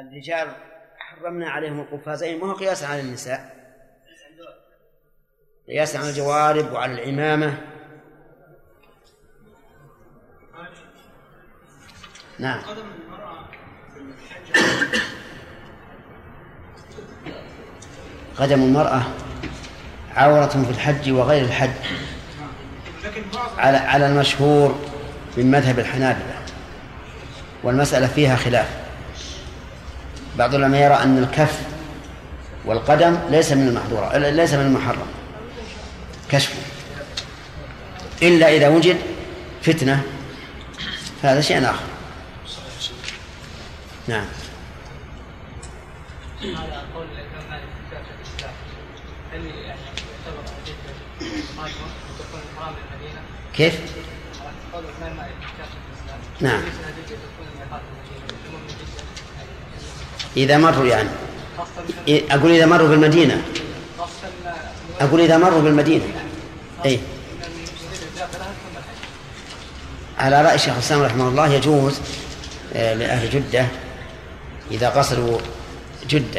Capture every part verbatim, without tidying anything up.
الرجال حرمنا عليهم القفازين وهو قياس على النساء، قياس على الجوارب وعلى العمامة. نعم. قدم المرأة عورة في الحج وغير الحج على على المشهور من مذهب الحنابلة، والمسألة فيها خلاف. بعض العلماء يرى أن الكف والقدم ليس من المحظورة، ليس من المحرم كشفه، إلا إذا وجد فتنة، هذا شيء آخر. نعم. على قول الإمام مالك في كتاب الإسلام، هل يعني يعتبر حديث ما تكون الحرام للمدينة؟ كيف؟ على قول الإمام مالك في كتاب الإسلام. نعم. تكون ميقات المدينة. إذا مروا يعني. أقول إذا مروا بالمدينة. أقول إذا مروا بالمدينة. أي. على رأي الشيخ الإسلام رحمه الله يجوز لأهل جدة إذا قصروا جدة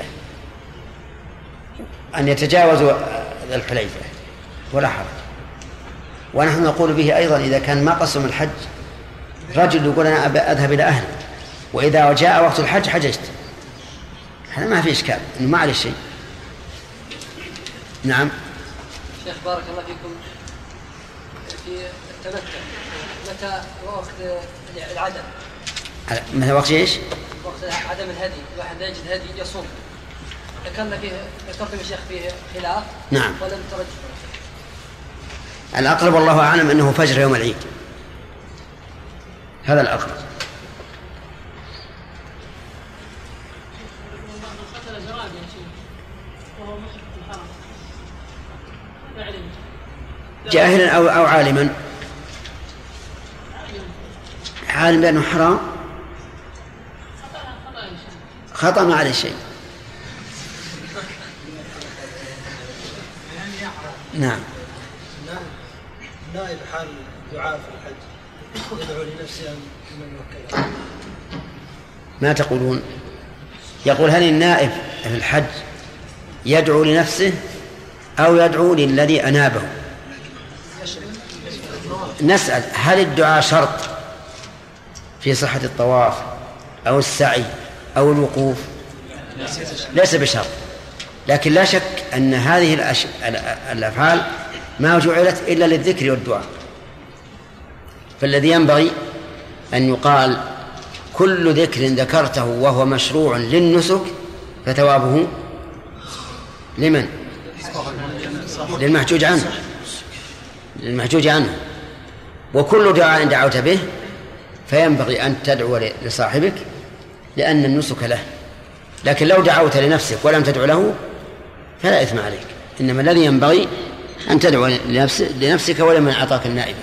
أن يتجاوزوا الحليفة ولا حرج. ونحن نقول به أيضا إذا كان ما قسم الحج، رجل يقول أنا أذهب إلى أهلي وإذا جاء وقت الحج حججت، هذا ما في إشكال، إنه ما عليه شيء. نعم. شيخ بارك الله فيكم، في التمتع متى وقت العدم؟ متى وقت ايش؟ وقت عدم الهدي، الواحد لا يجد هدي يصوم. ذكرنا فيه ذكرتم يا شيخ فيه خلاف. نعم. ولم ترجح. الأقرب والله أعلم أنه فجر يوم العيد، هذا الأقرب. جاهلا أو أو عالما، عالم بأنه حرام، خطأ ما عليه شيء. نعم. نائب حال دعاء في الحج يدعو لنفسه من وكله. ما تقولون؟ يقول هل النائب في الحج يدعو لنفسه أو يدعو للذي أنابه؟ نسأل هل الدعاء شرط في صحة الطواف أو السعي أو الوقوف؟ ليس بشرط، لكن لا شك أن هذه الأش... الأفعال ما جعلت إلا للذكر والدعاء. فالذي ينبغي أن يقال كل ذكر ذكرته وهو مشروع للنسك فثوابه لمن؟ للمحجوج عنه، للمحجوج عنه. وكل دعاء دعوت به فينبغي أن تدعو لصاحبك لأن النسك له، لكن لو دعوت لنفسك ولم تدعو له فلا إثم عليك، إنما الذي ينبغي أن تدعو لنفسك ولمن أعطاك النائبة.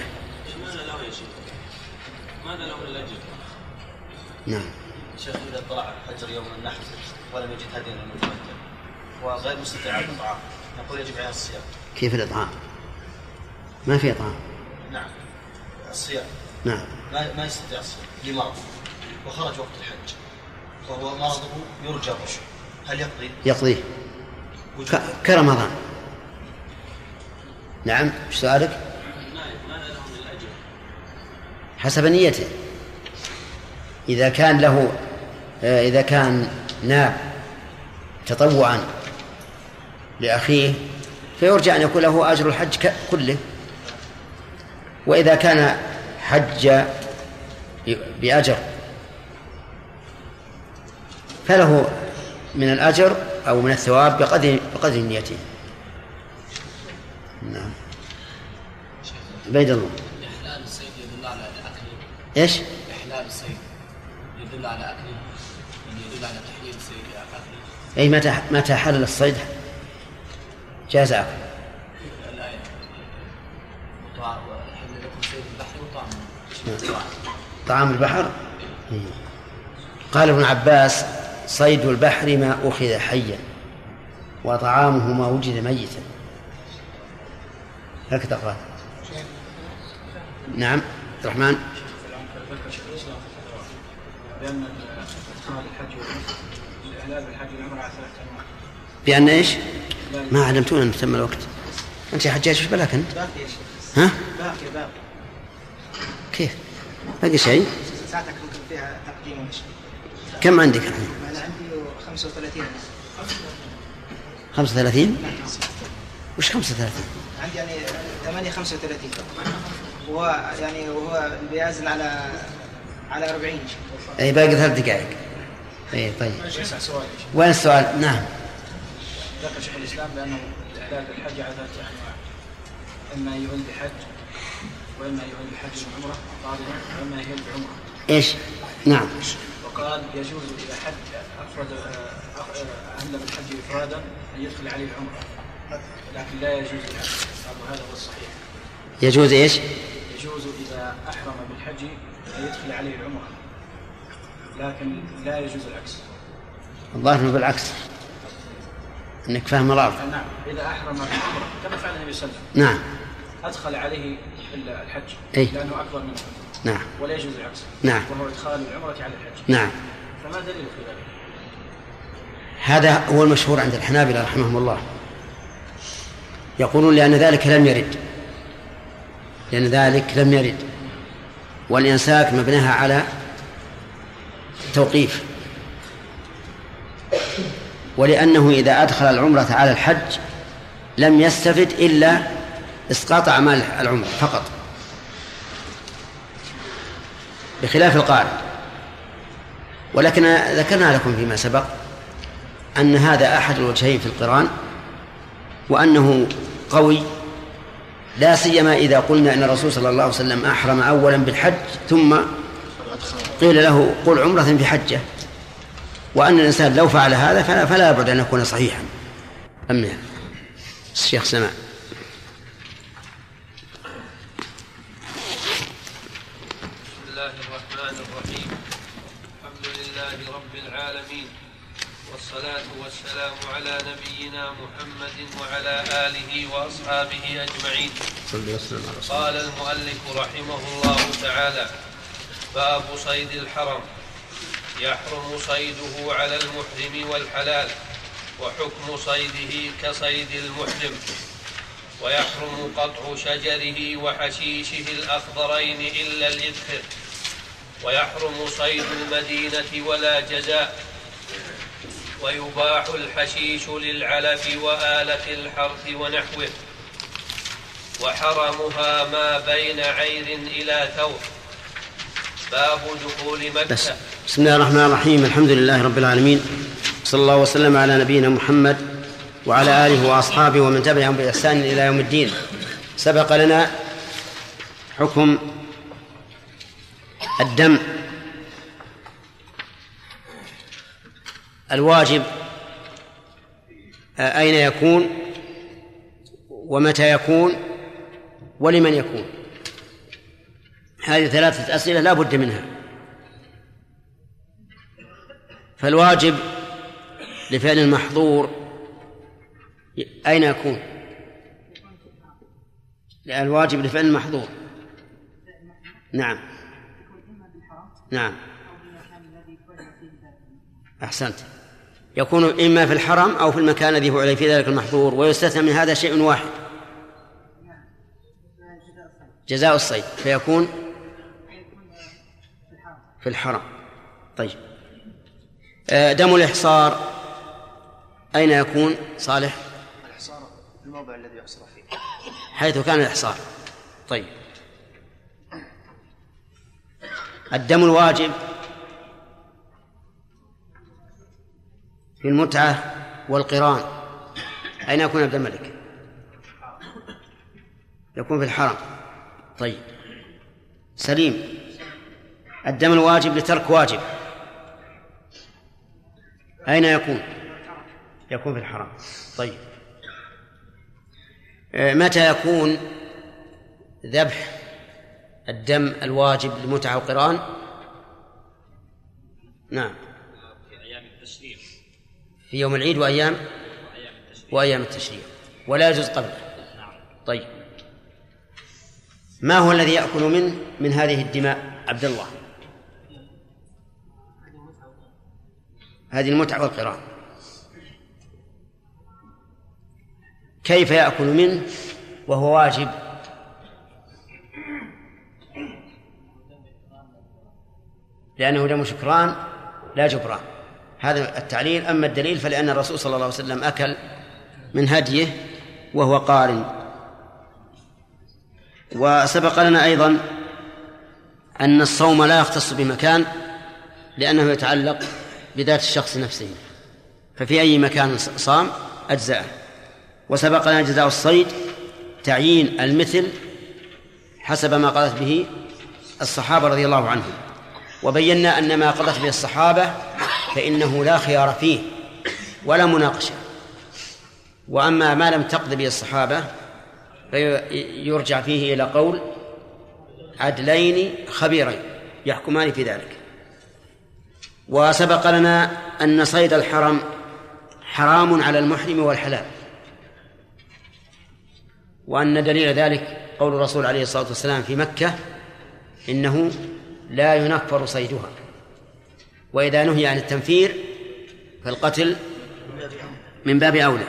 ماذا له الأجر؟ نعم. شيخ إذا طلع حجر يوم النحر ولم يجد هديا للمتمتع وغير مستطيع على الإطعام، نقول يجب عليه الصيام. كيف الإطعام؟ ما في إطعام. نعم الصيام. نعم. ما ما يستطيع الصيام لمرض وخرج وقت الحج وهو مرضه يرجى الرشد، هل يقضي؟ يقضيه ك... كرمضان. نعم. ايش سؤالك؟ ماذا له من الأجر؟ حسب نيته. إذا كان له إذا كان ناب تطوعا لأخيه فيرجى أن يكون له أجر الحج كله، وإذا كان حج بأجر فله من الأجر أو من الثواب بقدر بقدر نيته. نعم. بيد الله. إحلال الصيد يدل على أكله. إيش؟ إحلال الصيد يدل على أكله، يعني يدل على تحليل الصيد أكله. أي متى متى حلل الصيد جاز أكله. الآية وحل لكم صيد البحر وطعام. طعام البحر. قال ابن عباس صيد البحر ما أخذ حيا وطعامه ما وجد ميتا، هكذا قال. نعم. الرحمن. لأن إدخال الحج والنسك الإحلال بالحج والعمرة على ثلاثة أنواع. بأن إيش؟ ما علمتونا أن تم الوقت. أنت يا حجاج إيش بلاك أنت؟ باقي يا شيخ. ها؟ باقي باقي. كيف؟ باقي شيء؟ ساعتك ممكن فيها تقديم ومشي. كم عندك الحين؟ أنا عندي خمسة وثلاثين. خمسة وثلاثين؟ وش خمسة وثلاثين؟ عندي يعني ثمانية خمسة وثلاثين. وهو يعني وهو بيازن على على أربعين. أي باقي ثلاث دقائق. أي طيب. وين السؤال؟ نعم. ذكر شيخ الإسلام بأنه الإحلال بالحج على ثلاثة أنواع. إما يهل بحج وإما يهل بحج وعمرة قارنا وإما يهل بعمرة. إيش؟ نعم. وقال يجوز إذا حج أفرد أهل بالحج إفرادا أن يدخل عليه العمرة، لكن لا يجوز الحج. هذا هو الصحيح. يجوز إيش؟ يجوز إذا أحرم بالحج أن يدخل عليه العمرة، لكن لا يجوز العكس. الظاهر إنه بالعكس. إنك فاهم الأرض. نعم. إذا أحرم بالعمرة كما فعل النبي صلى الله عليه وسلم. نعم. أدخل عليه الحج أي. لأنه أكبر منه. نعم. ولا يجوز العكس. نعم. وهو إدخال العمرة على الحج. نعم. فما دليل في ذلك؟ هذا هو المشهور عند الحنابلة رحمهم الله. يقولون لأن ذلك لم يرد لأن ذلك لم يرد والإنساك مبناها على توقيف، ولأنه إذا أدخل العمرة على الحج لم يستفد إلا إسقاط أعمال العمرة فقط، بخلاف القارن. ولكن ذكرنا لكم فيما سبق أن هذا أحد الوجهين في القران، وأنه قوي، لا سيما إذا قلنا أن الرسول صلى الله عليه وسلم أحرم أولا بالحج ثم قيل له قل عمرة في حجة، وأن الإنسان لو فعل هذا فلا بد أن يكون صحيحا. أما الشيخ سماء. بسم الله الرحمن الرحيم. الحمد لله رب العالمين، والصلاة والسلام على نبينا محمد وعلى آله وأصحابه أجمعين. قال المؤلف رحمه الله تعالى: باب صيد الحرم. يحرم صيده على المحرم والحلال، وحكم صيده كصيد المحرم. ويحرم قطع شجره وحشيشه الأخضرين إلا الإذخر. ويحرم صيد المدينة ولا جزاء. ويباح الحشيش للعلف وآلة الحرث ونحوه. وحرمها ما بين عير إلى ثور. باب دخول مكة. بسم الله الرحمن الرحيم. الحمد لله رب العالمين، صلى الله وسلم على نبينا محمد وعلى آله وأصحابه ومن تبعهم بإحسان إلى يوم الدين. سبق لنا حكم الدم الواجب، أين يكون ومتى يكون ولمن يكون. هذه ثلاثة أسئلة لا بد منها. فالواجب لفعل المحظور أين يكون؟ الواجب لفعل المحظور نعم نعم أحسنت. يكون إما في الحرم أو في المكان الذي فعل في ذلك المحظور، ويستثنى من هذا شيء واحد، جزاء الصيد، فيكون في الحرم. طيب، دم الإحصار أين يكون صالح؟ الإحصار في الموضع الذي يحصر فيه، حيث كان الإحصار. طيب، الدم الواجب في المتعة والقران أين يكون عبد الملك؟ يكون في الحرم. طيب، سليم، الدم الواجب لترك واجب أين يكون؟ يكون في الحرم. طيب، متى يكون ذبح الدم الواجب للمتعة والقران؟ نعم، في أيام التشريق، في يوم العيد وأيام وأيام التشريق، ولا يجوز قبله. طيب، ما هو الذي يأكل منه من هذه الدماء عبد الله؟ هذه المتعة والقران. كيف يأكل منه وهو واجب؟ لأنه دم شكران لا جبران، هذا التعليل. أما الدليل فلأن الرسول صلى الله عليه وسلم أكل من هديه وهو قارن. وسبق لنا أيضا أن الصوم لا يختص بمكان لأنه يتعلق بذات الشخص نفسه، ففي أي مكان صام أجزاءه. وسبق لنا جزاء الصيد تعيين المثل حسب ما قضت به الصحابة رضي الله عنهم، وبينا أن ما قضت به الصحابة فإنه لا خيار فيه ولا مناقشة، وأما ما لم تقض به الصحابة فيرجع فيه إلى قول عدلين خبيرين يحكمان في ذلك. وسبق لنا أن صيد الحرم حرام على المحرم والحلال، وأن دليل ذلك قول الرسول عليه الصلاة والسلام في مكة إنه لا ينفر صيدها، وإذا نهي عن التنفير فالقتل من باب أولى.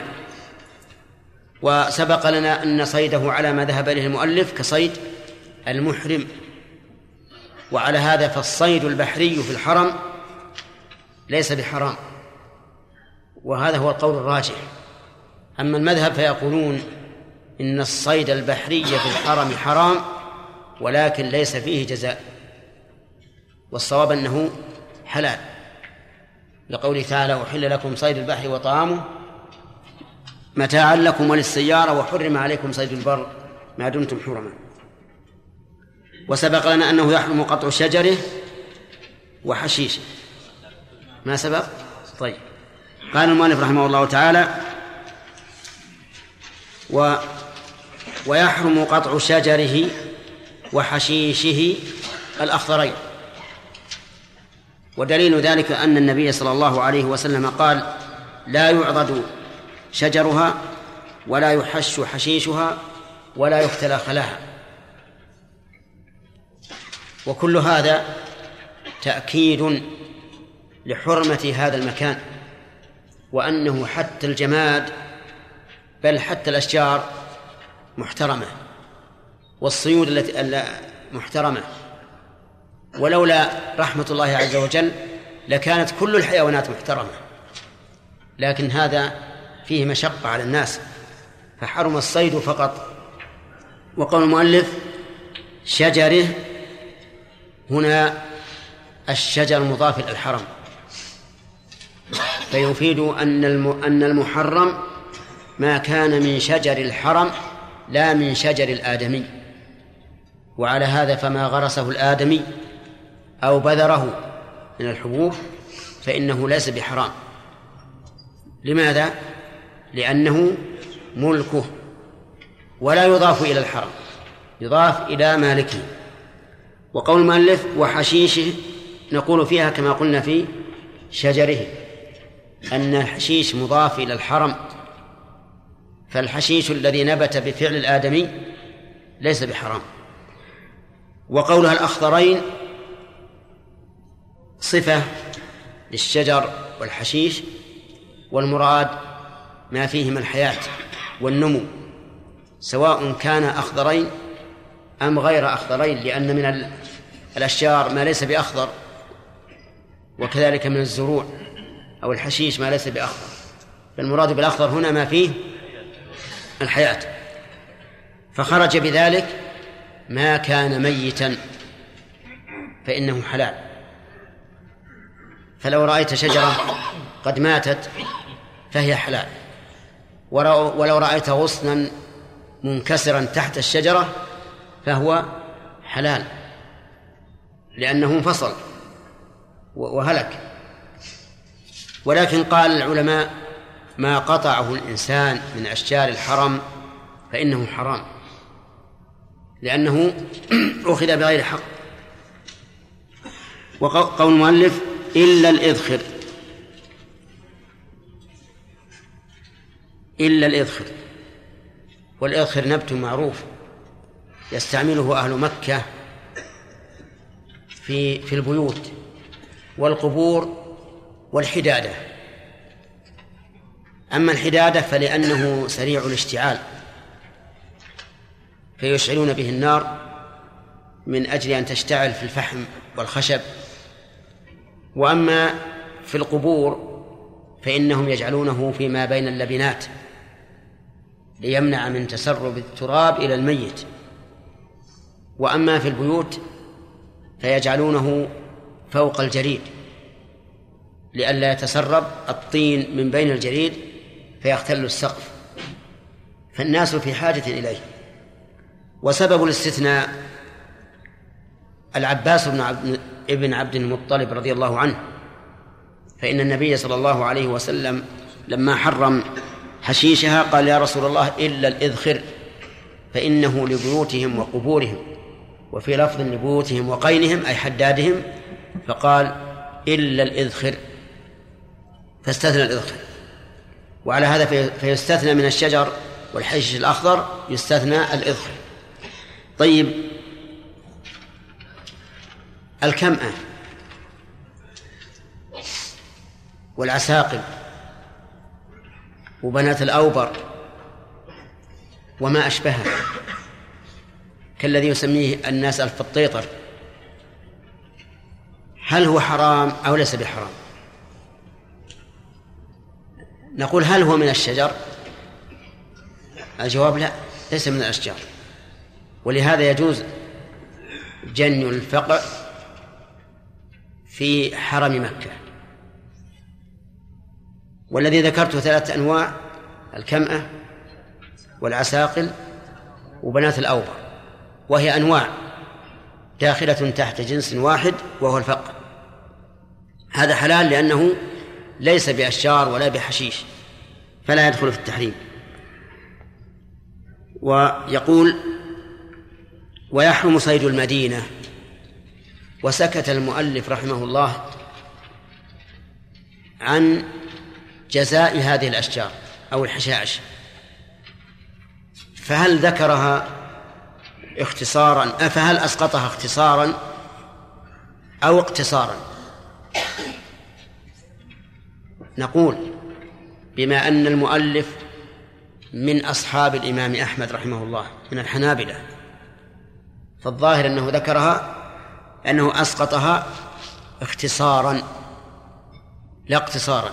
وسبق لنا أن صيده على ما ذهب إليه المؤلف كصيد المحرم، وعلى هذا فالصيد البحري في الحرم ليس بحرام، وهذا هو القول الراجح. أما المذهب فيقولون إن الصيد البحري في الحرم حرام ولكن ليس فيه جزاء، والصواب أنه حلال، لقوله تعالى وحل لكم صيد البحر وطعامه متاعا لكم وللسيارة وحرم عليكم صيد البر ما دمتم حرما. وسبق لنا أنه يحرم قطع شجره وحشيشه. ما سبق؟ طيب. قال المؤلف رحمه الله تعالى و ويحرم قطع شجره وحشيشه الأخضرين. ودليل ذلك أن النبي صلى الله عليه وسلم قال لا يعضد شجرها ولا يحش حشيشها ولا يختلى خلاها. وكل هذا تأكيد لحرمة هذا المكان، وأنه حتى الجماد بل حتى الأشجار محترمة، والصيود التي محترمة، ولولا رحمة الله عز وجل لكانت كل الحيوانات محترمة، لكن هذا فيه مشقة على الناس فحرم الصيد فقط. وقول المؤلف شجره هنا الشجر مضاف إلى الحرم، فيفيد أن أن المحرم ما كان من شجر الحرم لا من شجر الآدمي. وعلى هذا فما غرسه الآدمي أو بذره من الحبوب فإنه ليس بحرام. لماذا؟ لأنه ملكه ولا يضاف إلى الحرم، يضاف إلى مالكه. وقول المؤلف وحشيشه نقول فيها كما قلنا في شجره أن الحشيش مضاف إلى الحرم، فالحشيش الذي نبت بفعل الآدمي ليس بحرام. وقولها الأخضرين صفة للشجر والحشيش، والمراد ما فيه من الحياة والنمو، سواء كان أخضرين أم غير أخضرين، لأن من الأشجار ما ليس بأخضر، وكذلك من الزروع أو الحشيش ما ليس بأخضر. فالمراد بالأخضر هنا ما فيه الحياة. فخرج بذلك ما كان ميتا فإنه حلال. فلو رأيت شجرة قد ماتت فهي حلال، ولو رأيت غصنا منكسرا تحت الشجرة فهو حلال لأنه انفصل وهلك. ولكن قال العلماء ما قطعه الإنسان من أشجار الحرم فإنه حرام لأنه أخذ بغير حق. وقول المؤلف إلا الإذخر، إلا الإذخر، والإذخر نبت معروف يستعمله أهل مكة في في البيوت والقبور والحدادة. أما الحدادة فلأنه سريع الاشتعال فيشعلون به النار من أجل أن تشتعل في الفحم والخشب. وأما في القبور فإنهم يجعلونه فيما بين اللبنات ليمنع من تسرب التراب إلى الميت. وأما في البيوت فيجعلونه فوق الجريد لئلا يتسرب الطين من بين الجريد فيختل السقف، فالناس في حاجة إليه. وسبب الاستثناء العباس بن عبد, ابن عبد المطلب رضي الله عنه، فإن النبي صلى الله عليه وسلم لما حرم حشيشها قال يا رسول الله إلا الإذخر فإنه لبيوتهم وقبورهم، وفي لفظ لبيوتهم وقينهم أي حدادهم، فقال إلا الإذخر فاستثنى الإذخر. وعلى هذا فيستثنى من الشجر والحشيش الأخضر يستثنى الإذخر. طيب الكمأة والعساقب وبنات الأوبر وما أشبهها كالذي يسميه الناس الفطيطر، هل هو حرام أو ليس بحرام؟ نقول هل هو من الشجر؟ الجواب لا، ليس من الأشجار، ولهذا يجوز جني الفقع في حرم مكة. والذي ذكرته ثلاثة أنواع: الكمأة والعساقل وبنات الأوبر، وهي أنواع داخلة تحت جنس واحد وهو الفقع. هذا حلال لأنه ليس بأشجار ولا بحشيش فلا يدخل في التحريم. ويقول ويحرم صيد المدينة. وسكت المؤلف رحمه الله عن جزاء هذه الأشجار أو الحشائش، فهل ذكرها اختصارا فهل أسقطها اختصارا أو اقتصارا؟ نقول بما أن المؤلف من أصحاب الإمام أحمد رحمه الله من الحنابلة، فالظاهر أنه ذكرها أنه أسقطها اختصارا لا اقتصارا،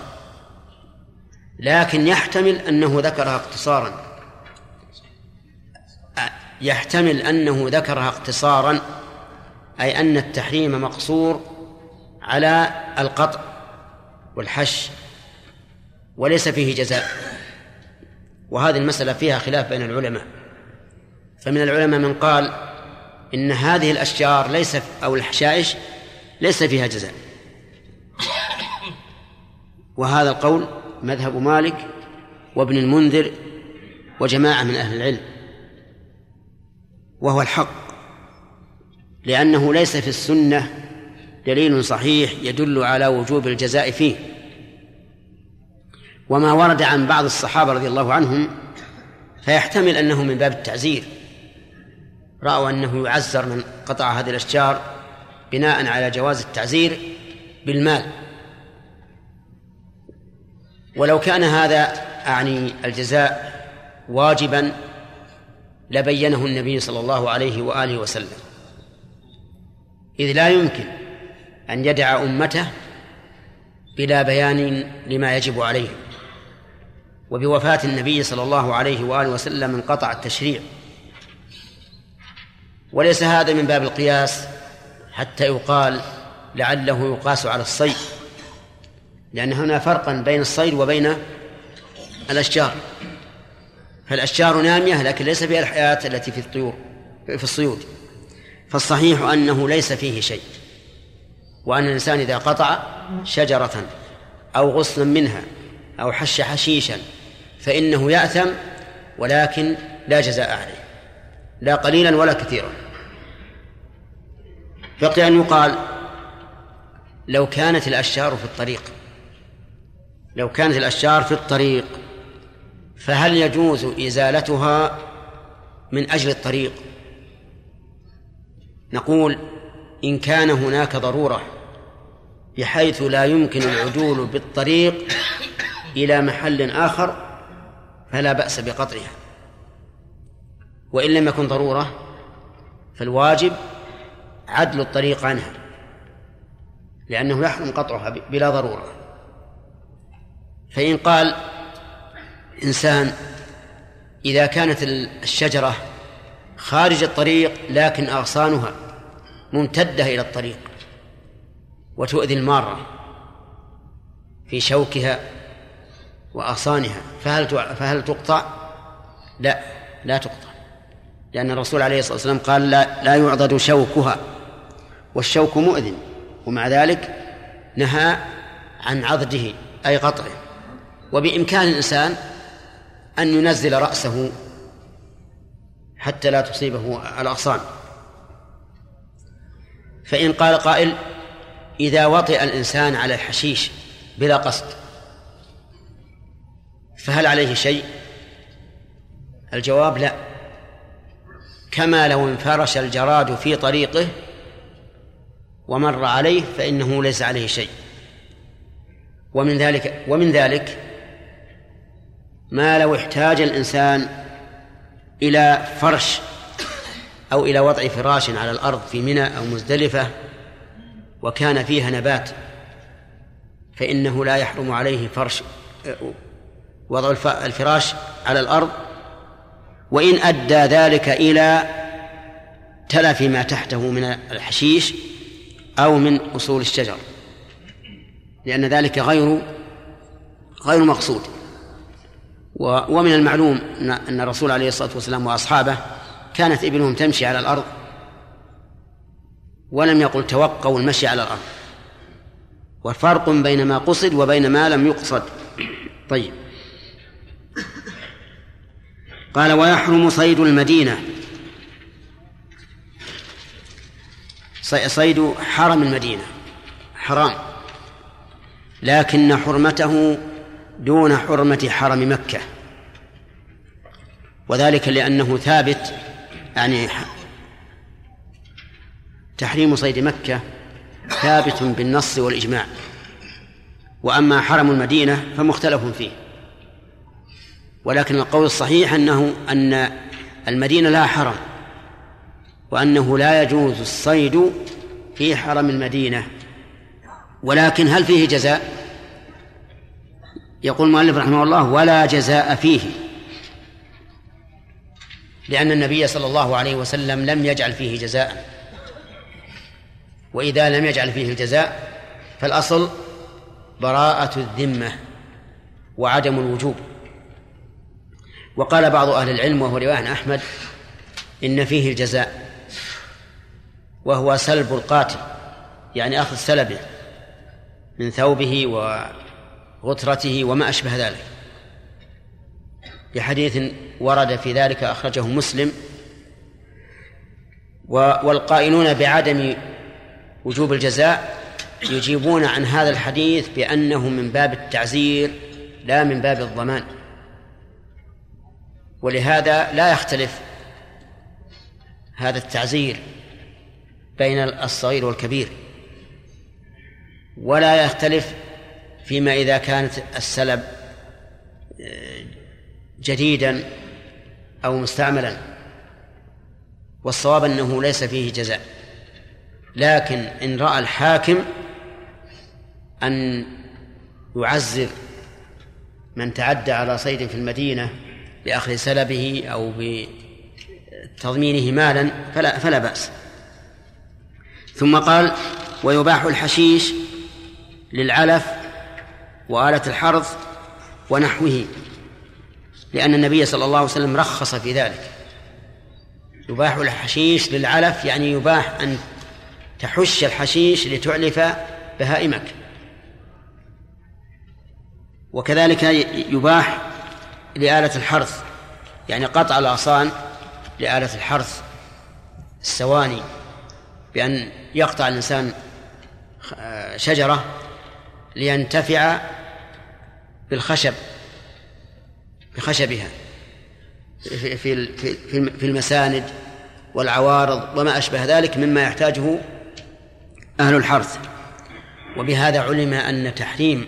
لكن يحتمل أنه ذكرها اقتصارا يحتمل أنه ذكرها اقتصارا أي أن التحريم مقصور على القطع والحش وليس فيه جزاء. وهذه المسألة فيها خلاف بين العلماء، فمن العلماء من قال إن هذه الأشجار ليس أو الحشائش ليس فيها جزاء، وهذا القول مذهب مالك وابن المنذر وجماعة من أهل العلم، وهو الحق، لأنه ليس في السنة دليل صحيح يدل على وجوب الجزاء فيه. وما ورد عن بعض الصحابة رضي الله عنهم فيحتمل أنه من باب التعزير، رأوا أنه يعزر من قطع هذه الأشجار بناء على جواز التعزير بالمال. ولو كان هذا أعني الجزاء واجبا لبينه النبي صلى الله عليه وآله وسلم، إذ لا يمكن أن يدع أمته بلا بيان لما يجب عليهم. وبوفاة النبي صلى الله عليه وآله وسلم انقطع التشريع، وليس هذا من باب القياس حتى يقال لعله يقاس على الصيد، لأن هنا فرقا بين الصيد وبين الأشجار، فالأشجار نامية لكن ليس فيها الحياة التي في الطيور في الصيود. فالصحيح أنه ليس فيه شيء، وأن الإنسان إذا قطع شجرة أو غصنا منها أو حش حشيشا فإنه يأثم، ولكن لا جزاء عليه لا قليلا ولا كثيرا. بقي أن يقال لو كانت الأشجار في الطريق لو كانت الأشجار في الطريق فهل يجوز إزالتها من أجل الطريق؟ نقول إن كان هناك ضرورة بحيث لا يمكن العدول بالطريق إلى محل آخر فلا بأس بقطعها، وإن لم يكن ضرورة فالواجب عدل الطريق عنها، لأنه يحرم قطعها بلا ضرورة. فإن قال إنسان إذا كانت الشجرة خارج الطريق لكن أغصانها ممتدة إلى الطريق وتؤذي المارة في شوكها وأغصانها فهل فهل تقطع؟ لا لا تقطع، لأن الرسول عليه الصلاة والسلام قال لا, لا يعضد شوكها، والشوك مؤذن، ومع ذلك نهى عن عضده أي قطعه. وبإمكان الإنسان أن ينزل رأسه حتى لا تصيبه الأغصان. فإن قال قائل إذا وطئ الإنسان على الحشيش بلا قصد فهل عليه شيء؟ الجواب لا، كما لو انفرش الجراد في طريقه ومر عليه فإنه ليس عليه شيء. ومن ذلك ومن ذلك ما لو احتاج الإنسان إلى فرش أو إلى وضع فراش على الأرض في منى أو مزدلفة وكان فيها نبات، فإنه لا يحرم عليه فرش وضع الفراش على الأرض، وإن أدى ذلك إلى تلف ما تحته من الحشيش أو من أصول الشجر، لأن ذلك غير غير مقصود. ومن المعلوم أن الرسول عليه الصلاة والسلام وأصحابه كانت إبلهم تمشي على الأرض ولم يقل توقوا المشي على الأرض، وفرق بين ما قصد وبين ما لم يقصد. طيب، قال ويحرم صيد المدينة، صيد حرم المدينة حرام، لكن حرمته دون حرمة حرم مكة، وذلك لأنه ثابت، يعني تحريم صيد مكة ثابت بالنص والإجماع، وأما حرم المدينة فمختلف فيه. ولكن القول الصحيح أنه أن المدينة لا حرم، وأنه لا يجوز الصيد في حرم المدينة. ولكن هل فيه جزاء؟ يقول المؤلف رحمه الله ولا جزاء فيه، لأن النبي صلى الله عليه وسلم لم يجعل فيه جزاء، وإذا لم يجعل فيه الجزاء فالأصل براءة الذمة وعدم الوجوب. وقال بعض أهل العلم وهو رواية عن أحمد إن فيه الجزاء، وهو سلب القاتل، يعني أخذ سلبه من ثوبه وغترته وما أشبه ذلك، بحديث ورد في ذلك أخرجه مسلم. والقائلون بعدم وجوب الجزاء يجيبون عن هذا الحديث بأنه من باب التعزير لا من باب الضمان، ولهذا لا يختلف هذا التعزير بين الصغير والكبير، ولا يختلف فيما إذا كانت السلب جديدا أو مستعملا. والصواب أنه ليس فيه جزاء، لكن إن رأى الحاكم أن يعزر من تعدى على صيد في المدينة بأخذ سلبه أو بتضمينه مالا فلا, فلا بأس. ثم قال ويباح الحشيش للعلف وآلة الحرث ونحوه، لأن النبي صلى الله عليه وسلم رخص في ذلك. يباح الحشيش للعلف يعني يباح أن تحش الحشيش لتعلف بهائمك، وكذلك يباح لآلة الحرث، يعني قطع الأغصان لآلة الحرث السواني، بأن يقطع الإنسان شجرة لينتفع بالخشب بخشبها في في المساند والعوارض وما أشبه ذلك مما يحتاجه أهل الحرث. وبهذا علم أن تحريم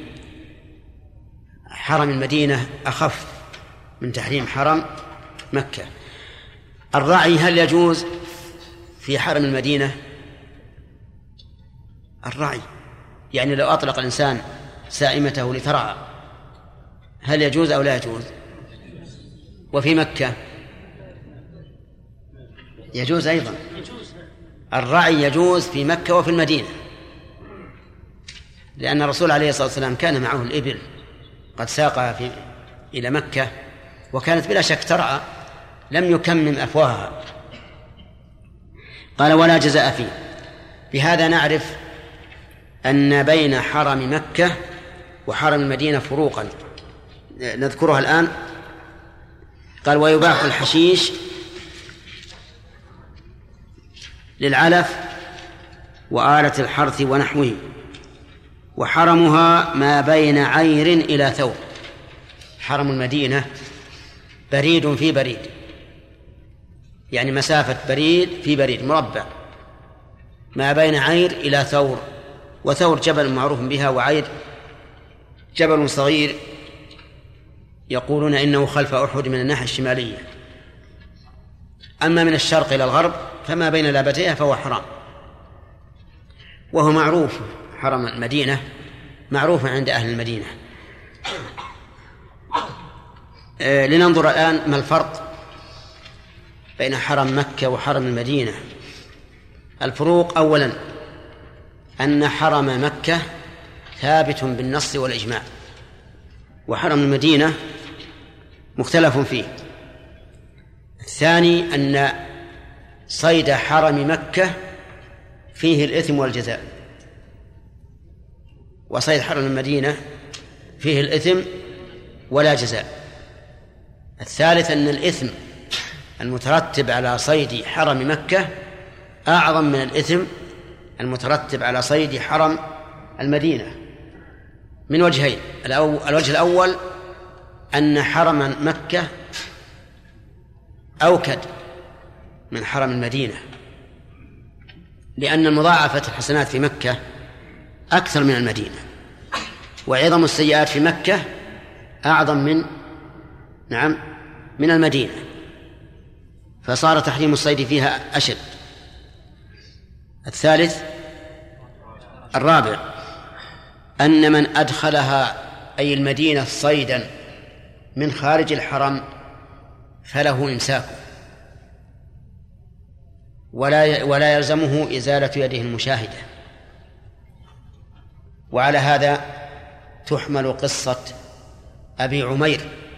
حرم المدينة أخف من تحريم حرم مكة. الرعي هل يجوز في حرم المدينة؟ الرعي يعني لو أطلق الإنسان سائمته لترعى هل يجوز أو لا يجوز؟ وفي مكة يجوز أيضا. الرعي يجوز في مكة وفي المدينة، لأن الرسول عليه الصلاة والسلام كان معه الإبل قد ساقها في إلى مكة وكانت بلا شك ترعى، لم يكمم أفواهها. قال ولا جزاء فيه. بهذا نعرف أن بين حرم مكة وحرم المدينة فروقا نذكرها الآن. قال ويباح الحشيش للعلف وآلة الحرث ونحوه، وحرمها ما بين عير إلى ثور. حرم المدينة بريد في بريد، يعني مسافة بريد في بريد مربع، ما بين عير إلى ثور. وثور جبل معروف بها، وعير جبل صغير يقولون إنه خلف أحد من الناحية الشمالية. أما من الشرق إلى الغرب فما بين لابتيها فهو حرام، وهو معروف. حرم المدينة معروف عند أهل المدينة. آه لننظر الآن ما الفرق بين حرم مكة وحرم المدينة. الفروق أولا أن حرم مكة ثابت بالنص والإجماع، وحرم المدينة مختلف فيه. الثاني أن صيد حرم مكة فيه الإثم والجزاء، وصيد حرم المدينة فيه الإثم ولا جزاء. الثالث أن الإثم المترتب على صيد حرم مكة أعظم من الإثم المترتب على صيد حرم المدينة من وجهين. الوجه الأول أن حرم مكة أوكد من حرم المدينة، لأن المضاعفة الحسنات في مكة أكثر من المدينة، وعظم السيئات في مكة أعظم من نعم من المدينة، فصار تحريم الصيد فيها أشد. الثالث الرابع أن من أدخلها أي المدينة صيدا من خارج الحرم فله إمساكه، ولا ولا يلزمه إزالة يده المشاهدة. وعلى هذا تحمل قصة أبي عمير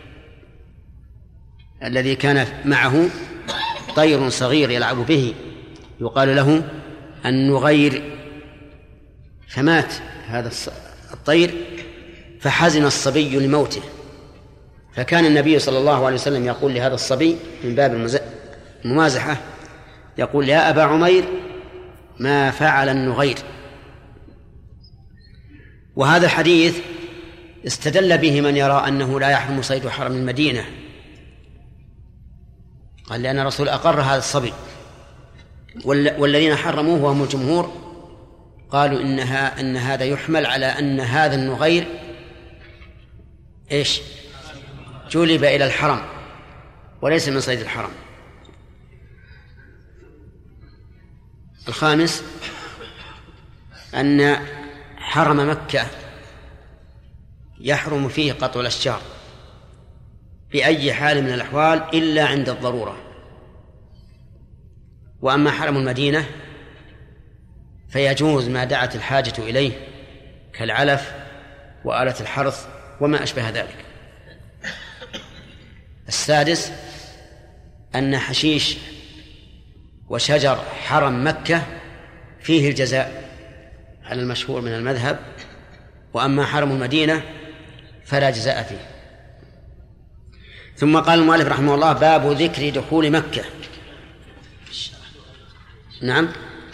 الذي كان معه طير صغير يلعب به يقال له النغير، فمات هذا الطير فحزن الصبي لموته، فكان النبي صلى الله عليه وسلم يقول لهذا الصبي من باب الممازحة، يقول يا أبا عمير ما فعل النغير. وهذا الحديث استدل به من يرى أنه لا يحرم صيد حرم المدينة، قال لأن الرسول أقر هذا الصبي، والذين حرموه وهم الجمهور قالوا إنها أن هذا يحمل على أن هذا النغير إيش جلب إلى الحرم وليس من صيد الحرم. الخامس أن حرم مكة يحرم فيه قطع الأشجار بأي حال من الأحوال إلا عند الضرورة. وأما حرم المدينة فيجوز ما دعت الحاجة إليه كالعلف وآلة الحرث وما أشبه ذلك. السادس أن حشيش وشجر حرم مكة فيه الجزاء على المشهور من المذهب، وأما حرم المدينة فلا جزاء فيه. ثم قال المؤلف رحمه الله باب ذكر دخول مكة. نعم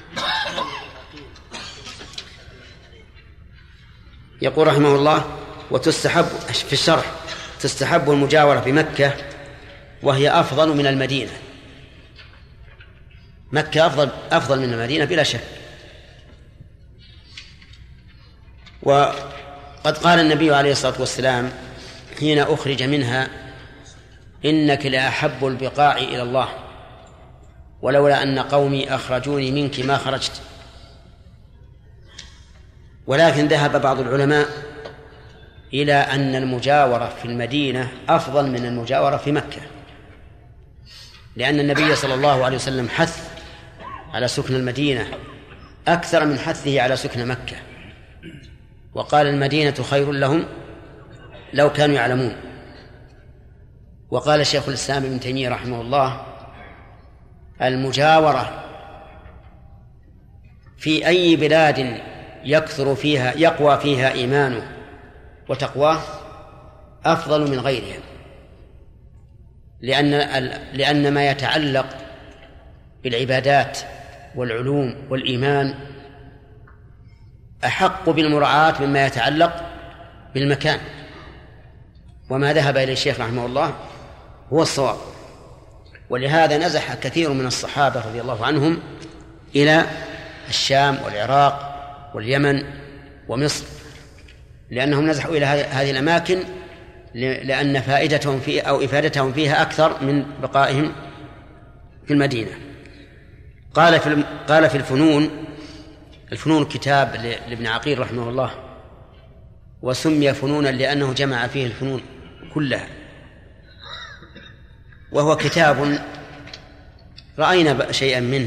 يقول رحمه الله وتستحب في الشرح تستحب المجاورة بمكة وهي أفضل من المدينة. مكة أفضل أفضل من المدينة بلا شك، وقد قال النبي عليه الصلاة والسلام حين أخرج منها: إنك لأحب البقاع إلى الله، ولولا أن قومي أخرجوني منك ما خرجت. ولكن ذهب بعض العلماء إلى أن المجاورة في المدينة أفضل من المجاورة في مكة، لأن النبي صلى الله عليه وسلم حث على سكن المدينة أكثر من حثه على سكن مكة، وقال: المدينة خير لهم لو كانوا يعلمون. وقال شيخ الإسلام ابن تيمية رحمه الله: المجاورة في أي بلاد يكثر فيها يقوى فيها إيمانه وتقواه أفضل من غيرها، لأن لأن ما يتعلق بالعبادات والعلوم والإيمان أحق بالمراعاة مما يتعلق بالمكان. وما ذهب إليه الشيخ رحمه الله هو الصواب، ولهذا نزح كثير من الصحابة رضي الله عنهم إلى الشام والعراق واليمن ومصر، لأنهم نزحوا إلى هذه الأماكن لأن فائدتهم فيه أو إفادتهم فيها أكثر من بقائهم في المدينة. قال في قال في الفنون الفنون كتاب لابن عقيل رحمه الله، وسمي فنونا لأنه جمع فيه الفنون كلها، وهو كتاب رأينا شيئا منه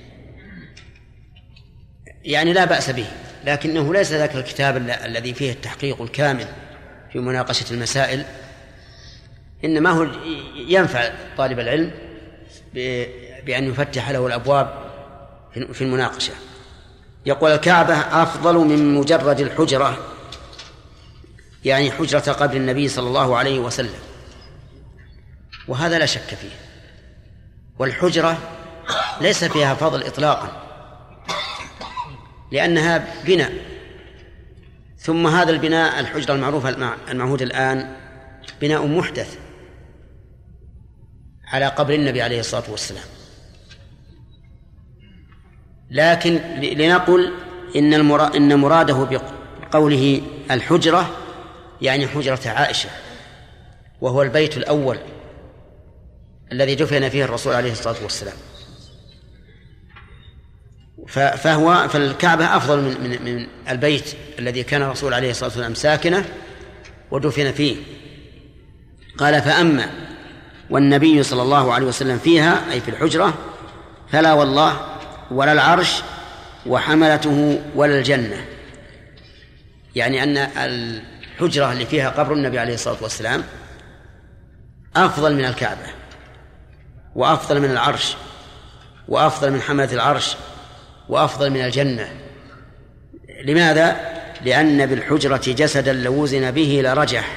يعني لا بأس به، لكنه ليس ذاك الكتاب الذي فيه التحقيق الكامل في مناقشة المسائل، إنما هو ينفع طالب العلم بأن يفتح له الأبواب في المناقشة. يقول: الكعبة أفضل من مجرد الحجرة، يعني حجرة قبر النبي صلى الله عليه وسلم، وهذا لا شك فيه. والحجرة ليس فيها فضل إطلاقا، لأنها بناء، ثم هذا البناء الحجرة المعروفة المعهود الآن بناء محدث على قبر النبي عليه الصلاة والسلام. لكن لنقل إن, المرا... إن مراده بقوله الحجرة يعني حجرة عائشة، وهو البيت الأول الذي دفن فيه الرسول عليه الصلاة والسلام. فهو فالكعبة أفضل من, من, من البيت الذي كان الرسول عليه الصلاة والسلام ساكنه ودفن فيه. قال: فأما والنبي صلى الله عليه وسلم فيها أي في الحجرة فلا والله ولا العرش وحملته ولا الجنة، يعني أن الحجرة اللي فيها قبر النبي عليه الصلاة والسلام أفضل من الكعبة، وأفضل من العرش، وأفضل من حملة العرش، وأفضل من الجنة. لماذا؟ لأن بالحجرة جسدا لو وزن به لرجح.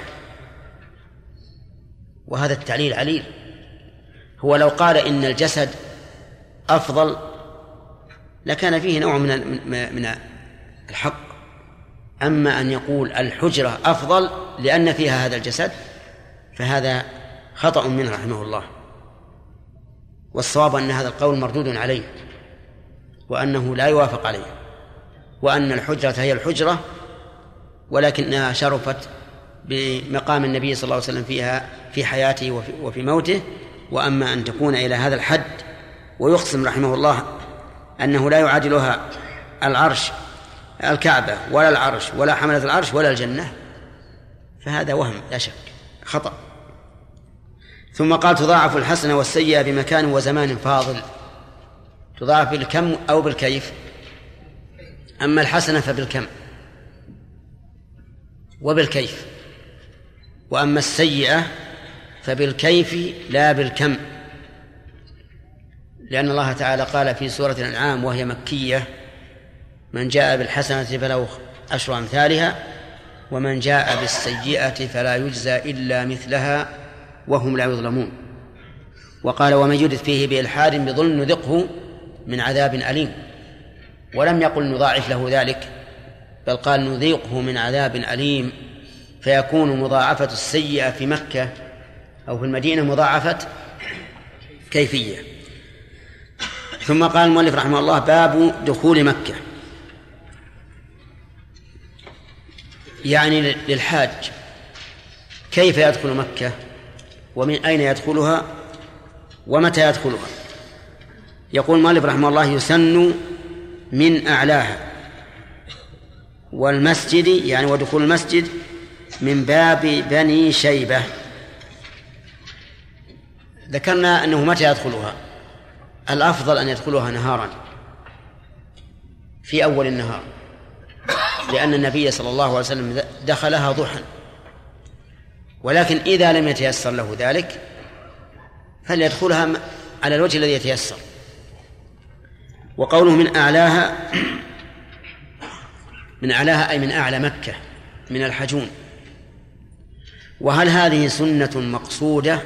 وهذا التعليل عليل. هو لو قال إن الجسد أفضل لكان فيه نوع من من الحق، أما أن يقول الحجرة أفضل لأن فيها هذا الجسد فهذا خطأ منه رحمه الله. والصواب أن هذا القول مردود عليه، وأنه لا يوافق عليه، وأن الحجرة هي الحجرة ولكنها شرفت بمقام النبي صلى الله عليه وسلم فيها في حياته وفي, وفي موته. وأما أن تكون إلى هذا الحد ويقسم رحمه الله أنه لا يعادلها العرش الكعبة ولا العرش ولا حملة العرش ولا الجنة، فهذا وهم لا شك خطأ. ثم قال: تضاعف الحسنة والسيئة بمكان وزمان فاضل. تضاعف بالكم أو بالكيف. أما الحسنة فبالكم وبالكيف، وأما السيئة فبالكيف لا بالكم، لأن الله تعالى قال في سورة الأنعام وهي مكية: من جاء بالحسنة فله عشر أمثالها ومن جاء بالسيئة فلا يجزى إلا مثلها وهم لا يظلمون. وقال: ومن يرد فيه بإلحاد بظلم نذقه من عذاب أليم. ولم يقل نضاعف له ذلك، بل قال نذيقه من عذاب أليم، فيكون مضاعفة السيئة في مكة أو في المدينة مضاعفة كيفية. ثم قال المؤلف رحمه الله: باب دخول مكة. يعني للحاج كيف يدخل مكة ومن أين يدخلها ومتى يدخلها. يقول مالك رحمه الله يسن من أعلاها، والمسجد يعني ودخول المسجد من باب بني شيبة. ذكرنا أنه متى يدخلها، الأفضل أن يدخلها نهارا في أول النهار، لأن النبي صلى الله عليه وسلم دخلها ضحى، ولكن إذا لم يتيسر له ذلك فليدخلها على الوجه الذي يتيسر. وقوله من أعلاها، من أعلاها أي من أعلى مكة من الحجون. وهل هذه سنة مقصودة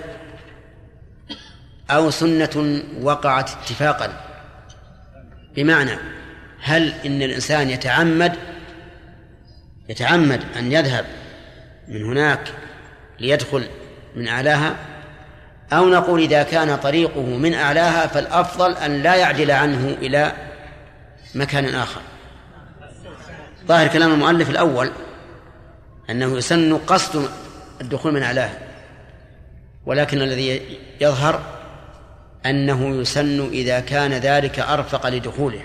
أو سنة وقعت اتفاقا؟ بمعنى هل إن الإنسان يتعمد يتعمد أن يذهب من هناك ليدخل من أعلاها، أو نقول إذا كان طريقه من أعلاها فالأفضل أن لا يعدل عنه إلى مكان آخر؟ ظاهر كلام المؤلف الأول أنه يسن قصد الدخول من أعلاها، ولكن الذي يظهر أنه يسن إذا كان ذلك أرفق لدخوله.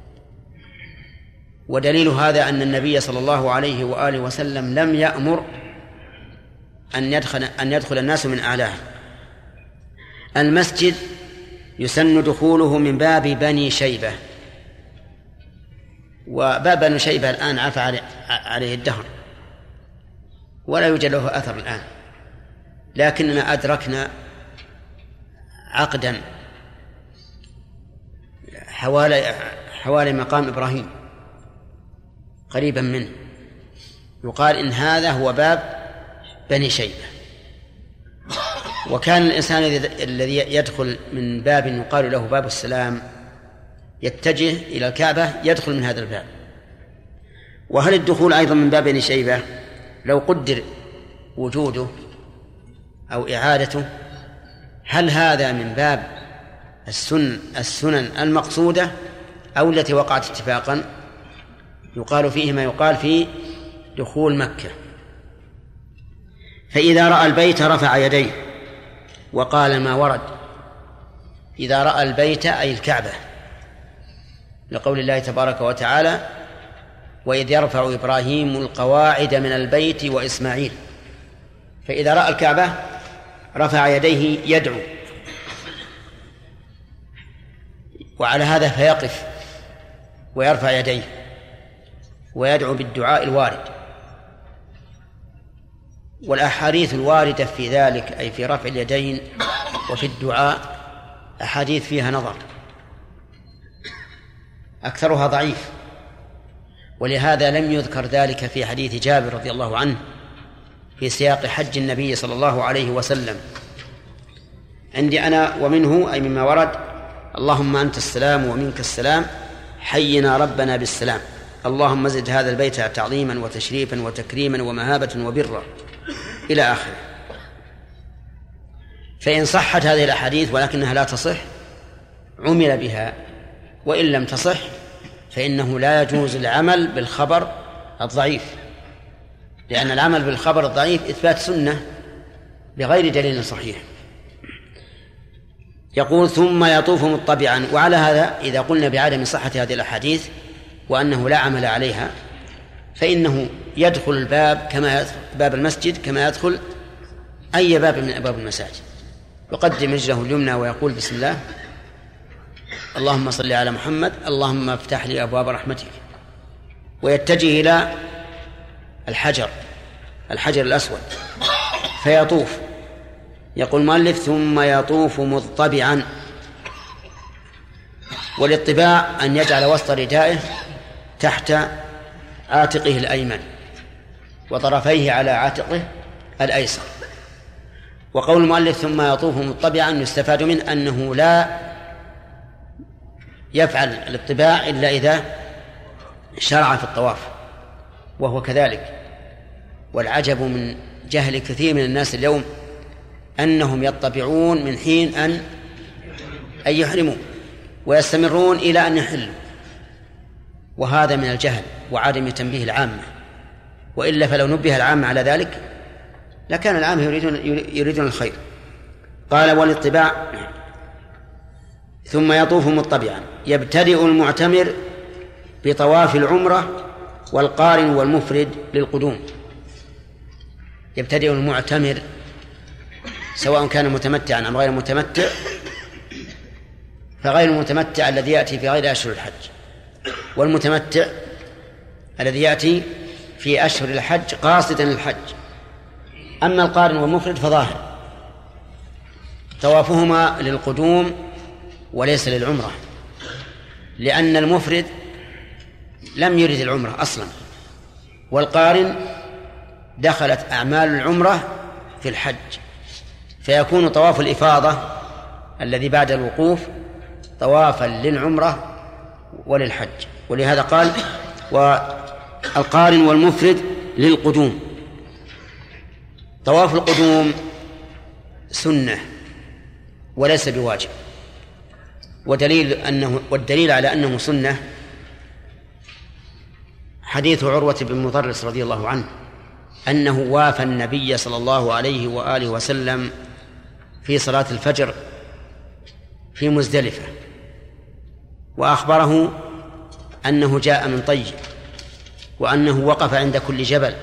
ودليل هذا أن النبي صلى الله عليه وآله وسلم لم يأمر أن يدخل, أن يدخل الناس من أعلاها. المسجد يسن دخوله من باب بني شيبة، وباب بني شيبة الآن عفى عليه الدهر ولا يوجد له أثر الآن، لكننا أدركنا عقدا حوالي, حوالي مقام إبراهيم قريبا منه يقال إن هذا هو باب بني شيبة. وكان الإنسان الذي يدخل من باب يقال له باب السلام يتجه إلى الكعبة يدخل من هذا الباب. وهل الدخول أيضا من باب بني شيبة لو قدر وجوده أو إعادته، هل هذا من باب السن السنن المقصودة أو التي وقعت اتفاقا؟ يقال فيه ما يقال في دخول مكة. فإذا رأى البيت رفع يديه وقال ما ورد. إذا رأى البيت أي الكعبة، لقول الله تبارك وتعالى وإذ يرفع إبراهيم القواعد من البيت وإسماعيل. فإذا رأى الكعبة رفع يديه يدعو، وعلى هذا فيقف ويرفع يديه ويدعو بالدعاء الوارد. والأحاديث الواردة في ذلك أي في رفع اليدين وفي الدعاء أحاديث فيها نظر، أكثرها ضعيف، ولهذا لم يذكر ذلك في حديث جابر رضي الله عنه في سياق حج النبي صلى الله عليه وسلم. عندي أنا ومنه أي مما ورد اللهم أنت السلام ومنك السلام حينا ربنا بالسلام، اللهم زد هذا البيت تعظيما وتشريفا وتكريما ومهابة وبرا إلى آخره. فإن صحت هذه الأحاديث ولكنها لا تصح عمل بها، وإن لم تصح فإنه لا يجوز العمل بالخبر الضعيف، لأن العمل بالخبر الضعيف إثبات سنة بغير دليل صحيح. يقول ثم يطوف مطبعا. وعلى هذا إذا قلنا بعدم صحة هذه الأحاديث وأنه لا عمل عليها فإنه يدخل الباب كما يدخل باب المسجد كما يدخل أي باب من أبواب المساجد، يقدم رجله اليمنى ويقول بسم الله اللهم صل على محمد اللهم افتح لي أبواب رحمتك، ويتجه إلى الحجر الحجر الأسود فيطوف. يقول المؤلف ثم يطوف مضطبعا. والاطباع أن يجعل وسط ردائه تحت عاتقه الأيمن وطرفيه على عاتقه الأيسر. وقول المؤلف ثم يطوف مضطبعا يستفاد منه أنه لا يفعل الاطباع إلا إذا شرع في الطواف، وهو كذلك. والعجب من جهل كثير من الناس اليوم أنهم يطبعون من حين أن أن يحرموا ويستمرون إلى أن يحلوا، وهذا من الجهل وعدم تنبيه العامة. وإلا فلو نبه العام على ذلك لكان العام يريدون, يريدون الخير. قال والاطباع ثم يطوف مطبعا. يبتدئ المعتمر بطواف العمرة والقارن والمفرد للقدوم. يبتدئ المعتمر سواء كان متمتعا أم غير متمتع، فغير المتمتع الذي يأتي في غير أشهر الحج، والمتمتع الذي يأتي في أشهر الحج قاصدا الحج. أما القارن والمفرد فظاهر طوافهما للقدوم وليس للعمرة، لأن المفرد لم يرد العمرة أصلا، والقارن دخلت أعمال العمرة في الحج، فيكون طواف الإفاضة الذي بعد الوقوف طوافا للعمرة وللحج. ولهذا قال والقارن والمفرد للقدوم. طواف القدوم سنة وليس بواجب، ودليل أنه والدليل على أنه سنة حديث عروة بن مضرس رضي الله عنه أنه وافى النبي صلى الله عليه وآله وسلم في صلاة الفجر في مزدلفة، وأخبره أنه جاء من طي، وأنه وقف عند كل جبل،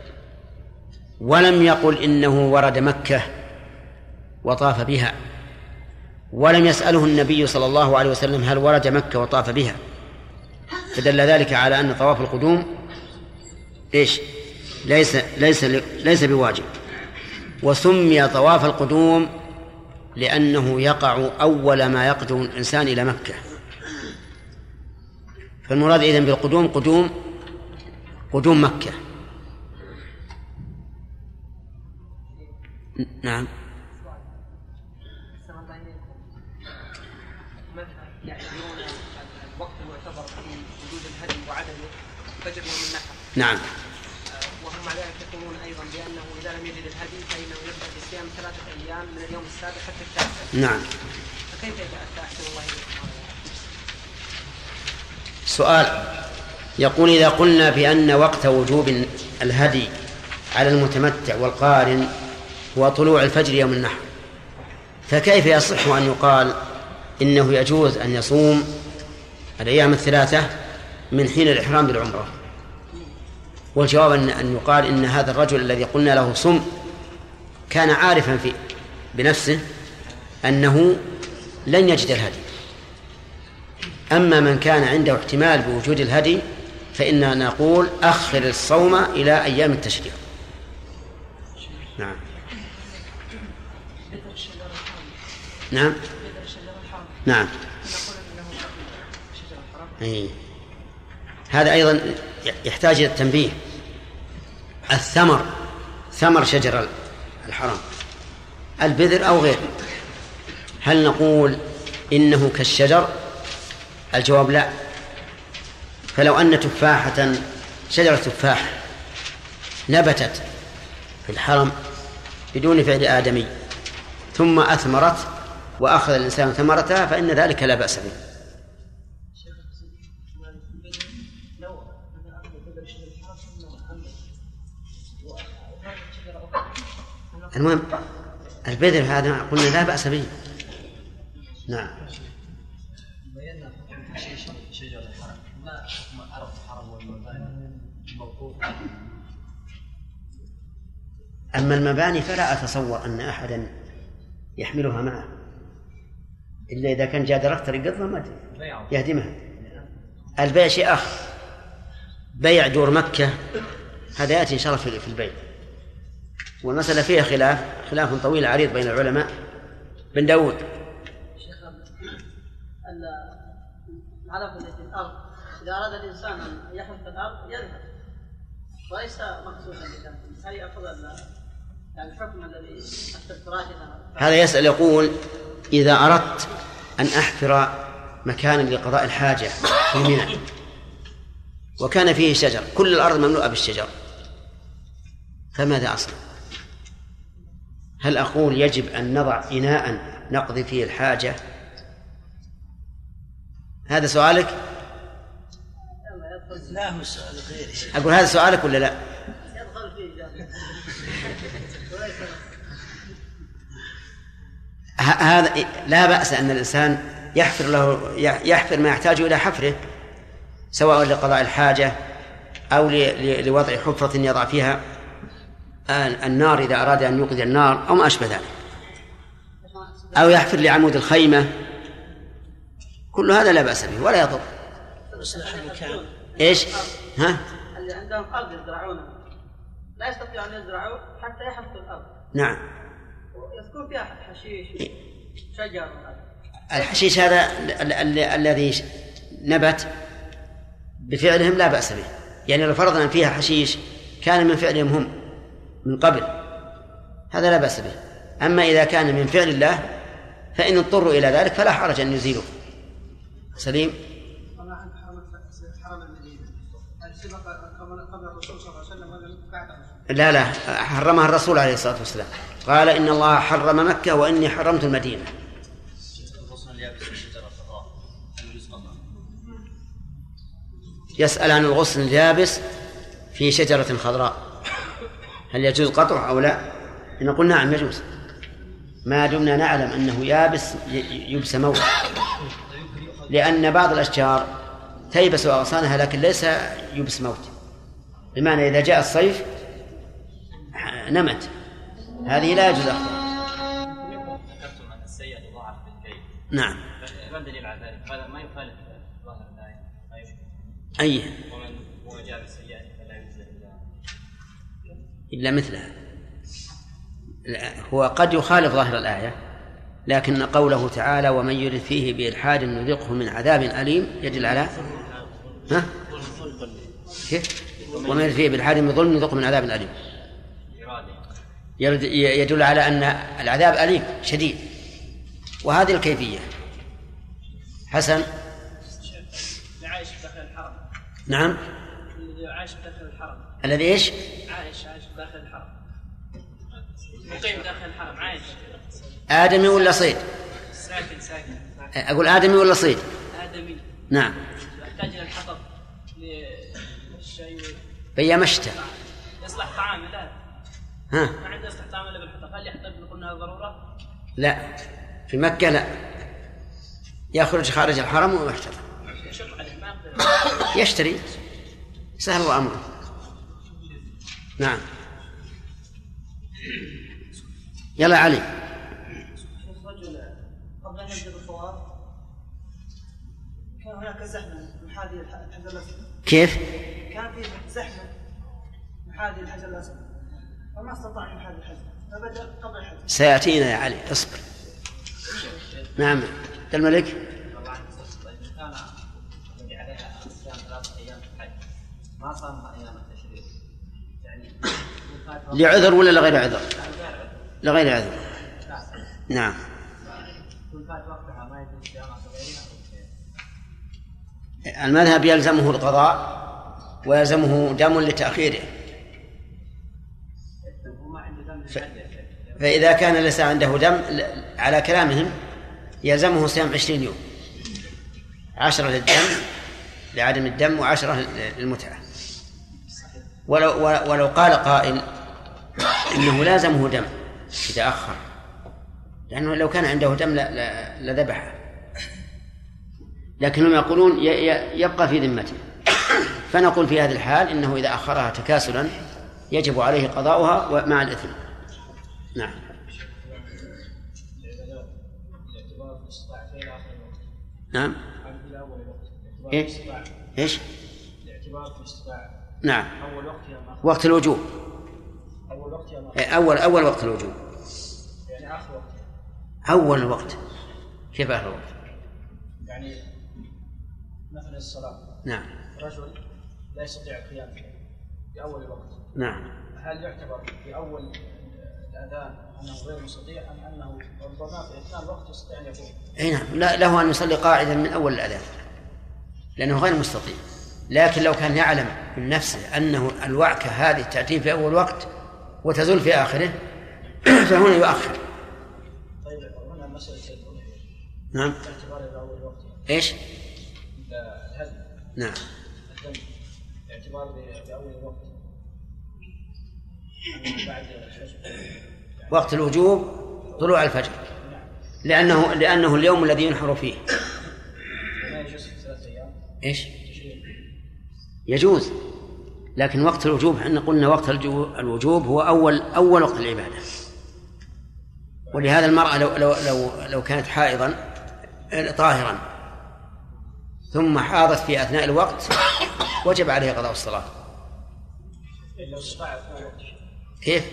ولم يقل إنه ورد مكة وطاف بها، ولم يسأله النبي صلى الله عليه وسلم هل ورد مكة وطاف بها، فدل ذلك على أن طواف القدوم إيش؟ ليس ليس ليس بواجب. وسمي طواف القدوم لأنه يقع أول ما يقدم الإنسان إلى مكة، فالمراد إذن بالقدوم قدوم قدوم مكة. نعم. نعم. وهم على ذلك يقولون أيضا بأنه إذا لم يجد الهدي فإنه يبدأ بصيام ثلاثة أيام من اليوم السابع حتى التاسع. نعم. فكيف يتأتى أحسن الله إليكم؟ سؤال يقول إذا قلنا بأن وقت وجوب الهدي على المتمتع والقارن هو طلوع الفجر يوم النحر، فكيف يصح أن يقال إنه يجوز أن يصوم الأيام الثلاثة من حين الإحرام بالعمرة؟ والجواب أن يقال إن هذا الرجل الذي قلنا له صم كان عارفا في بنفسه أنه لن يجد الهدي. أما من كان عنده احتمال بوجود الهدي فإننا نقول أخر الصوم إلى أيام التشريق. نعم. نعم. نعم. أي. هذا أيضا يحتاج إلى التنبيه. الثمر ثمر شجر الحرام البذر أو غيره، هل نقول إنه كالشجر؟ الجواب لا. فلو أن تفاحة شجرة تفاح نبتت في الحرم بدون فعل آدمي ثم أثمرت وأخذ الإنسان ثمرتها فإن ذلك لا بأس به. المهم البذر هذا قلنا لا بأس به. نعم. بينا شجر الحرم ما حكم عرض الحرم والمباني موقوف. أما المباني فلا أتصور أن أحدا يحملها معه إلا إذا كان جاء دركتر يقضى ما يهدمها. البيع شيء آخر، بيع دور مكة هذا يأتي إن شاء الله في البيت، والمسألة فيها خلاف خلاف طويل عريض بين العلماء. بن داود على الأرض إذا أراد الإنسان أن يحفظ الأرض يذهب وليس مقصودا بالذنب، هل يأخذ يعني الحكم الذي أثبت راجحا؟ هذا يسأل يقول إذا أردت أن أحفر مكانا لقضاء الحاجة في منى وكان فيه شجر، كل الأرض مملوءة بالشجر، فماذا أصنع؟ هل أقول يجب أن نضع إناء نقضي فيه الحاجة؟ هذا سؤالك؟ لا هو السؤال غير. أقول هذا سؤالك ولا لا؟ هذا لا بأس أن الإنسان يحفر له يحفر ما يحتاج إلى حفره، سواء لقضاء الحاجة أو لوضع حفرة يضع فيها النار إذا أراد أن يوقد النار أو ما أشبه ذلك، أو يحفر لعمود الخيمة، كل هذا لا بأس به ولا يضر. إيش؟ ها؟ اللي عندهم أرض يزرعونه لا يستطيعون أن يزرعوا حتى يحفظوا الأرض. نعم. يكون فيها حشيش شجر. الحشيش هذا الذي نبت بفعلهم لا بأس به، يعني لو فرضنا فيها حشيش كان من فعلهم هم من قبل هذا لا بأس به. أما إذا كان من فعل الله فإن اضطروا إلى ذلك فلا حرج أن يزيلوه. سليم. لا لا حرمها الرسول عليه الصلاة والسلام، قال إن الله حرم مكة وإني حرمت المدينة. يسأل عن الغصن اليابس في شجرة خضراء هل يجوز قطعه أو لا؟ نقول نعم يجوز ما دمنا نعلم أنه يابس يبس موت، لأن بعض الأشجار تيبس أغصانها لكن ليس يبس موت، بمعنى إذا جاء الصيف نمت، هذه لا يجوز أخذها. ذكرتم أن السيئة تضاعف بالكيل. نعم. ما الدليل على ذلك؟ هذا ما يخالف ظاهر الآية، ما يشبه. أي. ومن هو جاء بالسيئة فلا يجزى إلا إلا مثلها. هو قد يخالف ظاهر الآية، لكن قوله تعالى ومن يرد فيه بإلحاد نذقه من عذاب أليم يدل على ها؟ كيف؟ ومن يرد فيه بإلحاد بظلم نذقه من عذاب أليم يدل على أن العذاب أليم شديد، وهذه الكيفية. حسن. عايش داخل الحرم. نعم. الذي عايش داخل الحرم. الذي إيش؟ عايش عايش داخل الحرم. مقيم داخل الحرم عايش. آدمي ولا صيد؟ ساكن ساكن. أقول آدمي ولا صيد؟ آدمي. نعم. يحتاج إلى الحطب للشيء. بيا مشتى. يصلح طعام لا. ها. ما عنده يصلح طعام إلا بالحطب، هل يحتاج نقول إنها ضرورة؟ لا في مكة لا، يخرج خارج الحرم ويحتفظ يشتري سهل أمره. نعم. يلا علي. الرجل قبل أن يبدأ بالطواف كان هناك زحمة من هذه الحجر الأسود. كيف؟ كان في زحمة من هذه الحجر الأسود فما استطاع من هذه الحجر فبدأ قبل الحجر. سيأتينا يا علي اصبر. نعم الملك. كان الذي عليها صيام ثلاثة أيام في الحج ما صامها أيام التشريق يعني لعذر ولا لغير عذر؟ لغير عذر. نعم. كل فات وقتها ما يجوز صيامها غيرها. المذهب يلزمه القضاء ويلزمه دم لتأخيره، ف... فإذا كان ليس عنده دم على كلامهم يلزمه صيام عشرين يوم، عشرة للدم لعدم الدم وعشرة للمتعة. ولو, ولو قال قائل إنه لازمه دم إذا أخر، لأنه لو كان عنده دم لذبحه، لكنهم يقولون يبقى في ذمته، فنقول في هذه الحال إنه إذا أخرها تكاسلا يجب عليه قضاؤها مع الإثم. نعم. نعم. إيش؟ إيش؟ نعم. وقت الوجوب. أول أول وقت الوجوب. يعني آخر وقت. أول الوقت. كيف آخر الوقت؟ يعني مثل الصلاة. نعم. رجل لا يستطيع القيام في أول الوقت. نعم. هل يعتبر في أول الأذان أنه غير مستطيع أم أنه ربما في أثناء الوقت يستطيع أن يقوم؟ أي نعم، لا له أن يصلي قاعدا من أول الأذان لأنه غير مستطيع، لكن لو كان يعلم من نفسه أنه الوعكة هذه تأتي في أول وقت وتزول في آخره فهنا يؤخر. طيب هنا مسألة الأضحية. نعم. باعتبار أول وقت. إيش؟ الهدي. نعم. الدم باعتبار بأول وقت. وقت الوجوب طلوع الفجر، لأنه لأنه اليوم الذي ينحر فيه. إيش؟ يجوز، لكن وقت الوجوب احنا قلنا وقت الوجوب هو أول أول وقت العبادة. ولهذا المرأة لو لو لو لو كانت حائضا طاهرا ثم حاضت في أثناء الوقت وجب عليها قضاء الصلاة. كيف؟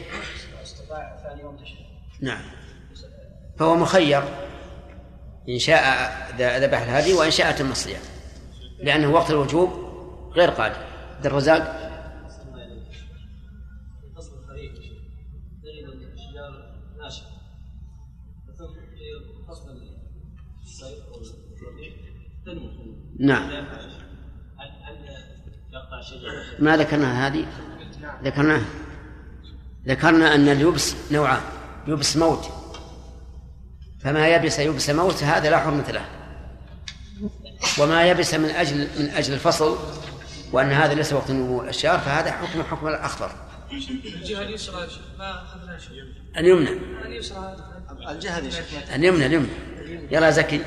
نعم، فهو مخير إن شاء ذبح الهدي وإن شاء تم الصيام، لأنه وقت الوجوب غير قادر. عبد الرزاق. نعم، ما ذكرنا هذه؟ ذكرنا ذكرنا أن اليبس نوعان: يبس موت، فما يبس يبس موت هذا لا حرمة له، وما يبس من أجل من أجل الفصل وأن هذا ليس وقت نمو الأشجار فهذا حكم حكم الأخضر. الجهة اليسرى ما أخذنا شيء. اليمنى. اليسرى. الجهة اليمنى اليمنى. يلا زكي.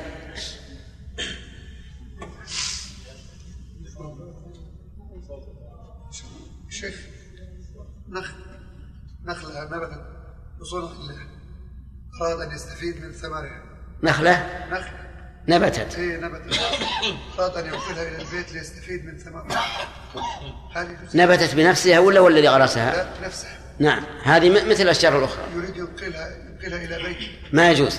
شيخ، نخل نخلة نبتت بصنع الله أراد أن يستفيد من ثمرها. نخلة نخلة نبتت إيه نبتت أراد أن يأكلها إلى البيت ليستفيد من ثمرها. نبتت بنفسها ولا والذي غرسها؟ لا بنفسها. نعم، هذه مثل الأشجار الأخرى. يريد ينقلها ينقلها إلى بيت. ما يجوز.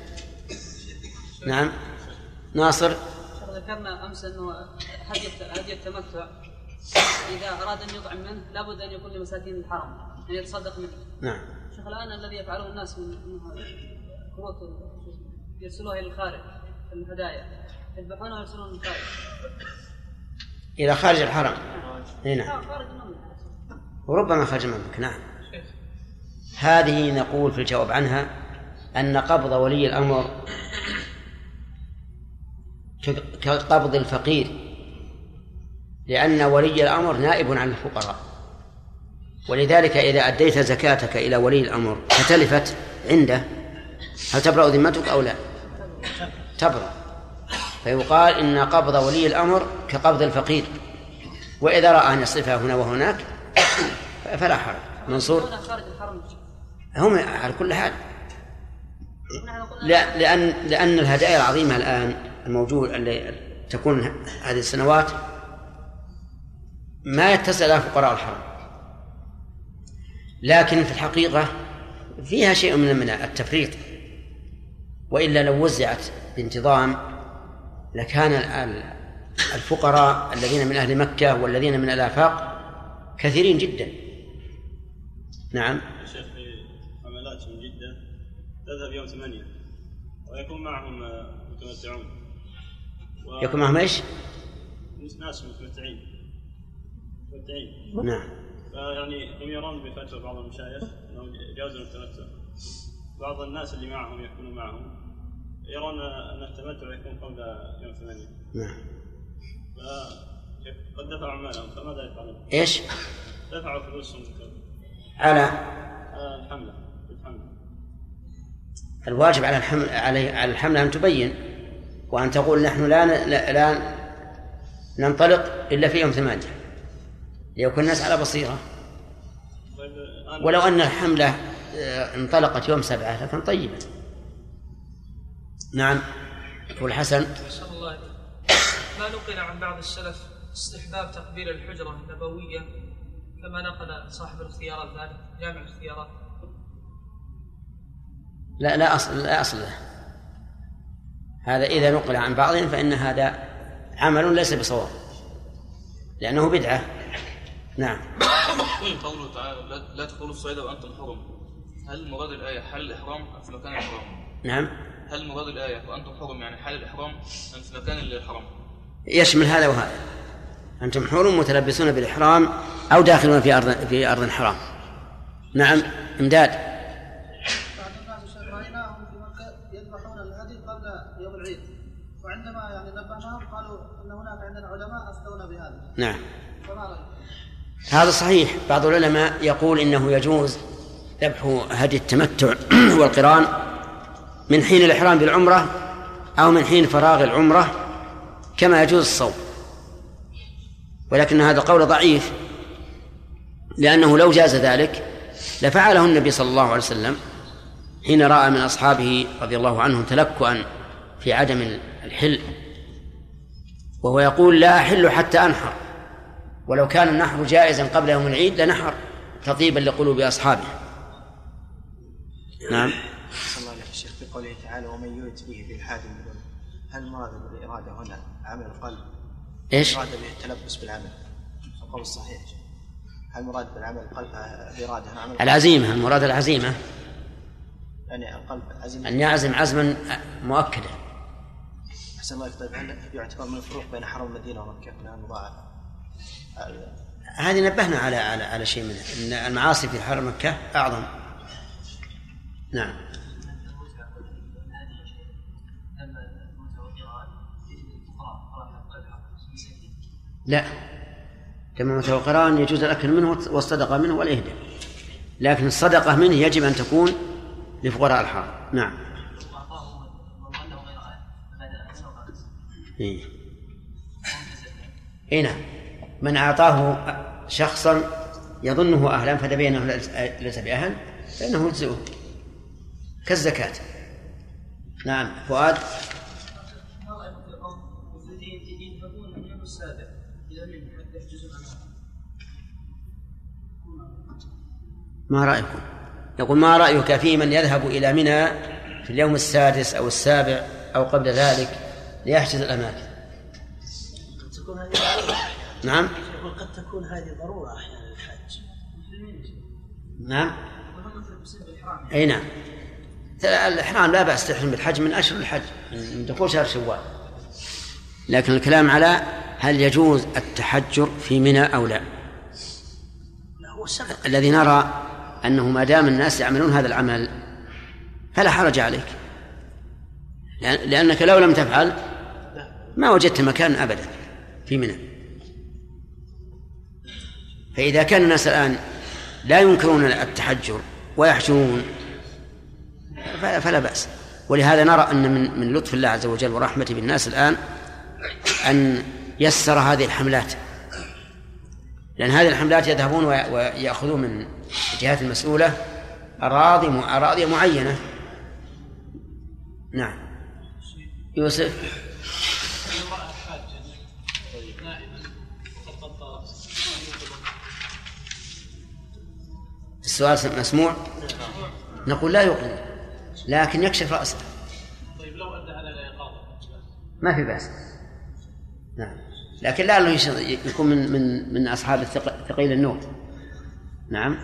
نعم. ناصر. ذكرنا أمس أنه هدي التمتع إذا أراد أن يطعم منه لابد أن يكون لمساكين الحرم أن يتصدق منه. نعم. شيخ الآن الذي يفعله الناس من كروت يرسلوها إلى الخارج الهدايا يذبحونها ويرسلونها للخارج إلى خارج الحرم. هنا. خارج المملكة. وربما خارج المملكة. نعم. هذه نقول في الجواب عنها أن قبض ولي الأمر كقبض الفقير، لأن ولي الأمر نائب عن الفقراء، ولذلك إذا أديت زكاتك إلى ولي الأمر فتلفت عنده هل تبرأ ذمتك أو لا؟ تبرأ. فيقال إن قبض ولي الأمر كقبض الفقير، وإذا رأى أن يصرفها هنا وهناك فلا حرج. منصور. هم على كل حال، لا لأن لأن الهدايا العظيمة الآن الموجود اللي تكون هذه السنوات ما يتصل لها فقراء الحرم، لكن في الحقيقة فيها شيء من التفريط، وإلا لو وزعت بانتظام لكان الفقراء الذين من أهل مكة والذين من الآفاق كثيرين جدا. نعم. الشيخ في حملات من جدة تذهب يوم ثمانية ويكون معهم متمتعون و... يكون معهم ايش؟ ناس متمتعين متمتعين. نعم. فيعني هم يرون بفتوى بعض المشايخ انهم يجوزون التمتع. بعض الناس اللي معهم يكونوا معهم يرون ان التمتع يكون قبل يوم ثمانية. نعم. فقد دفعوا مالهم فماذا يفعلون؟ ايش؟ دفعوا فلوسهم على الحملة. الحملة. الواجب على الحمل على الحملة أن تبين وأن تقول نحن لا لا, لا ننطلق إلا في يوم ثمانية ليكون الناس على بصيرة. ولو أن الحملة انطلقت يوم سبعة لكن طيبة. نعم. أبو الحسن. ما نقل عن بعض السلف استحباب تقبيل الحجرة النبوية كما نقل صاحب الاختيارات ذلك جامع الاختيارات. لا لا أصل لا أصل له هذا. إذا نقل عن بعضهم فإن هذا عمل ليس بصواب لأنه بدعة. نعم. قوله تعالى لا تدخلوا الصيد وأنتم حرم، هل مراد الآية حال الإحرام أم في مكان الإحرام؟ نعم. هل مراد الآية وأنتم حرم يعني حال الإحرام أم في مكان الإحرام؟ يشمل هذا وهذا. أنتم حرم متلبسون بالإحرام أو داخلون في أرض في أرض حرام. نعم. إمداد. بعض الناس رأيناهم في مكة يذبحون الهدي قبل يوم العيد، وعندما يعني نبهناهم قالوا أن هناك عندنا علماء أفتونا بهذا. نعم. فما رأيك؟ هذا صحيح. بعض العلماء يقول إنه يجوز ذبح هدي التمتع والقران من حين الإحرام بالعمرة أو من حين فراغ العمرة كما يجوز الصوم، ولكن هذا القول ضعيف، لأنه لو جاز ذلك لفعله النبي صلى الله عليه وسلم حين رأى من أصحابه رضي الله عنهم تلكؤا في عدم الحل، وهو يقول لا أحل حتى أنحر، ولو كان النحر جائزا قبل يوم العيد لنحر تطيبا لقلوب أصحابه. نعم. صلى الله عليه الشيخ في قوله تعالى ومن يرد به بالحاد من، هل المراد بالإرادة هنا عمل القلب؟ إيش؟ المراد به التلبس بالعمل القول الصحيح. هل المراد بالعمل القلب الإرادة هنا عمل العزيمة؟ المراد العزيمة، يعني القلب عزيمة أن يعزم عزما مؤكدا. أحسن الله. طيب هل يعتبر من الفروق بين حرم المدينة ومكة من المضاعف؟ هذه نبهنا على على على شيء منه، أن المعاصي في حرم مكة أعظم. نعم. لا، تمامة وقران يجوز الأكل منه والصدقة منه والإهداء، لكن الصدقة منه يجب أن تكون لفقراء الحرم. نعم. إيه. إيه نعم. من أعطاه شخصا يظنه أهلا فتبين أنه ليس بأهل فإنه يجزئه كالزكاة. نعم. فؤاد. ما رأيكم؟ يقول ما رأيك في من يذهب إلى منى في اليوم السادس أو السابع أو قبل ذلك ليحجز الأماكن؟ نعم. قد تكون هذه ضرورة أحيانا الحج. نعم. أي نعم. الإحرام لا بأس تحرم بالحج من أشهر الحج من دخول شهر شوال، لكن الكلام على هل يجوز التحجر في منى أو لا. الذي نرى أنه ما دام الناس يعملون هذا العمل فلا حرج عليك، لأنك لو لم تفعل ما وجدت مكان أبدا في منى. فإذا كان الناس الآن لا ينكرون التحجر ويحجرون فلا بأس. ولهذا نرى أن من من لطف الله عز وجل ورحمته بالناس الآن أن يسر هذه الحملات، لأن هذه الحملات يذهبون ويأخذون من الجهات المسؤولة أراضي أراضي معينة. نعم. يوسف. السؤال مسموع؟ نقول لا يقلل لكن يكشف رأسه. طيب لو أدى على الإقامة ما في بأس. نعم. لكن لا يكون من من من أصحاب الثقيل النوم. نعم.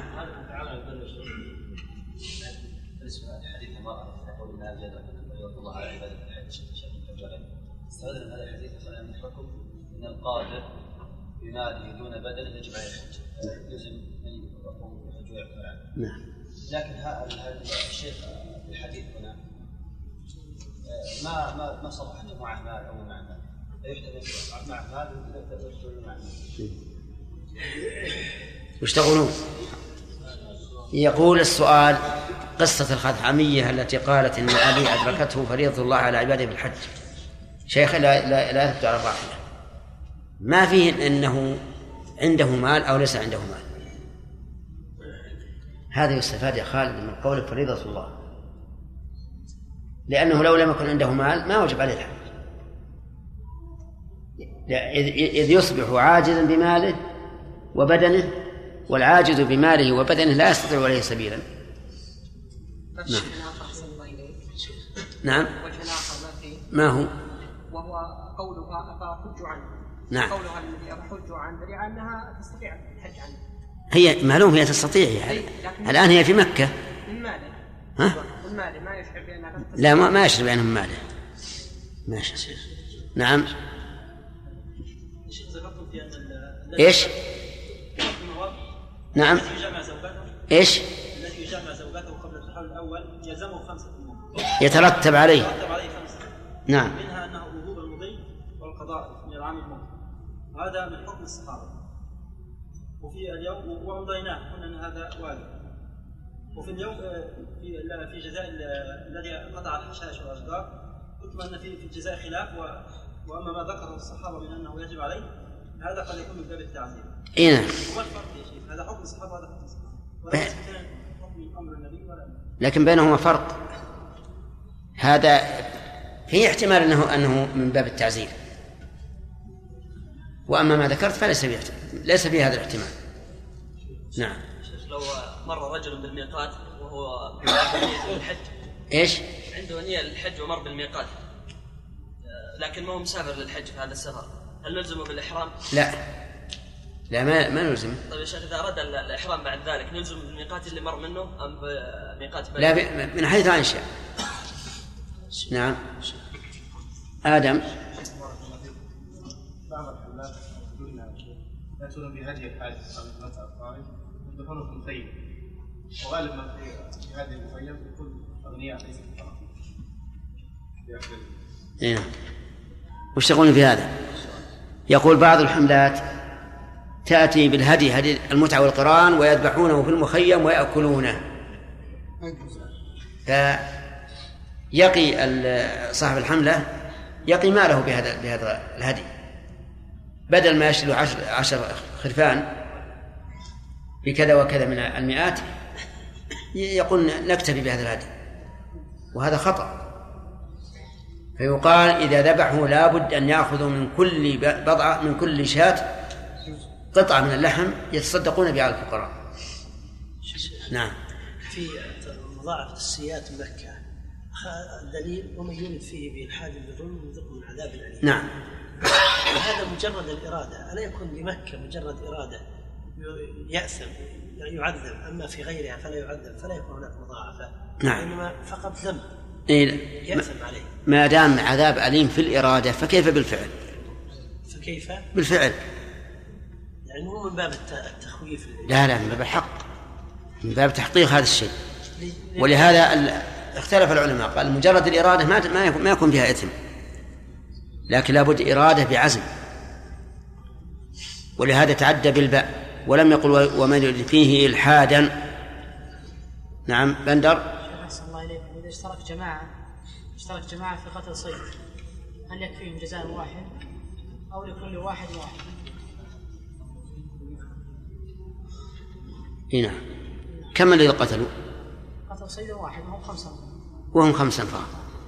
حديث المرأة يقول إنها زيادة الله على عبادة الحج استفاد من هذا الحديث أن الحكم إن القادر بماله دون بدل يجب عليه الحج يلزم أن يقوم بالحج ويعتمر عنه. نعم. لكن هذا الشيخ في الحديث هنا ما ما ما صرح أنه معه مال أو معه مال لا يحتمل معه مال ويحتمل معه مال. يشتغلون. يقول السؤال قصة الخثعمية التي قالت إن علي أدركته فريضة الله على عباده بالحج. شيخ لا لا لا يثبت على الراحلة، ما فيه إنه عنده مال أو ليس عنده مال. هذا يستفاد يا خالد من قول فريضة الله، لأنه لو لم يكن عنده مال ما وجب عليه الحج، إذ يصبح عاجزا بماله وبدنه، والعاجز بماله وبدنه لا يستطيع عليه سبيلا. نعم. نعم. ما هو؟ وهو قولها أفحج عنه. نعم. قولها التي أفحج عنه لأنها تستطيع الحج عنه. هي معلوم هي تستطيع يعني. الآن هي في مكة. من ماله. ها؟ من ماله ما يشعر بأنها لا ما ما يشعر بأنه من ماله. ما يشعر. نعم. إيش؟ نعم. إيش؟ الذي يجامع زوجته قبل التحول الأول يلزمه خمسة أمور يترتب عليه. يترتب عليه خمسة. نعم. منها أنه وجوب المضي والقضاء من العام الماضي، هذا من حكم الصحابة. وفي اليوم وأمضيناه قلنا أن هذا واجب. وفي اليوم في في جزاء الذي قطع الحشائش والأشجار قلت أن في في الجزاء خلاف، وأما ما ذكره الصحابة من أنه يجب عليه هذا قد يكون من باب التعزير. إيه. وما الفرق يا شيخ؟ هذا حكم الصحابة وهذا حكم الصحابة. ولا مثلا حكم أمر النبي ولا. لكن بينهما فرق. هذا في احتمال أنه أنه من باب التعزير، وأما ما ذكرت فليس فيه ليس فيه هذا الاحتمال. نعم. لو مر رجل بالميقات وهو عنده الحج. إيش؟ عنده نية للحج ومر بالميقات لكن ما هو مسافر للحج في هذا السفر، هل نلزمه بالإحرام؟ لا لا ما ما نلزم. طيب يا شيخ إذا أراد الإحرام بعد ذلك نلزم بالميقات اللي مر منه أم بميقات بلد؟ لا من حيث أنشأ. نعم. آدم. بعض الحملات يأتون بهدي الحاج أو المتعة الخارج يدخلون في المخيم، وغالب ما في هذه المخيم يكون أغنياء ليس فقراء. نعم. وش تقولون في هذا؟ يقول بعض الحملات تأتي بالهدي هدي المتعة والقران ويذبحونه في المخيم ويأكلونه، فيقي صاحب الحملة يقي ماله بهذا بهذا الهدي، بدل ما يشتري عشر, عشر خرفان بكذا وكذا من المئات يقول نكتفي بهذا الهدي، وهذا خطأ. فيقال إذا ذبحوا لابد أن يأخذوا من كل بضعة من كل شاة قطعة من اللحم يتصدقون بها على الفقراء. نعم. في مضاعفة السيئات مكة دليل ومن يولد فيه بإلحاد بظلم يذقه من عذاب أليم. نعم. هذا مجرد الإرادة، ألا يكون بمكة مجرد إرادة يأثم يعذب، أما في غيرها فلا يعذب فلا يكون هناك مضاعفة. نعم. إنما فقط ذنب إيه يأثم عليه. ما دام عذاب أليم في الإرادة فكيف بالفعل؟ فكيف بالفعل؟ يعني مو من باب التخويف. لا لا من باب الحق، من باب تحقيق هذا الشيء. ولهذا اختلف العلماء، قال مجرد الإرادة ما ما يكون فيها إثم، لكن لابد إرادة بعزم، ولهذا تعدى بالباء ولم يقل ومن يرد فيه إلحادا. نعم. بندر. أحسن الله إليكم. إذا اشترك جماعة اشترك جماعة في قتل صيد هل يكفيهم جزاء واحد أو لكل واحد واحد؟ هنا كم الذي قتلوا؟ قتل صيد واحد وهم خمسة وهم خمسة فقط.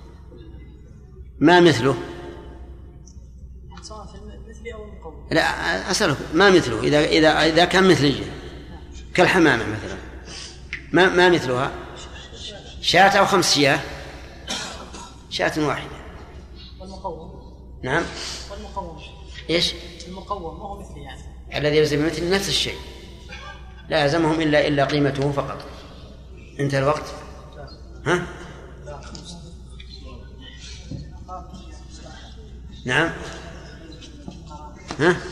ما مثله؟ سواء في المثل أو المقوم. لا أسألك ما مثله إذا إذا إذا كان مثلية كالحمامة مثلا ما ما مثلها؟ شاة أو خمس شياه؟ شاة واحدة. والمقوم. نعم. والمقوم. إيش؟ المقوم ما هو مثل يعني. الذي يلزم مثل نفس الشيء لا يلزمهم إلا إلا قيمته فقط. انتهى الوقت. ها؟ نعم. ها؟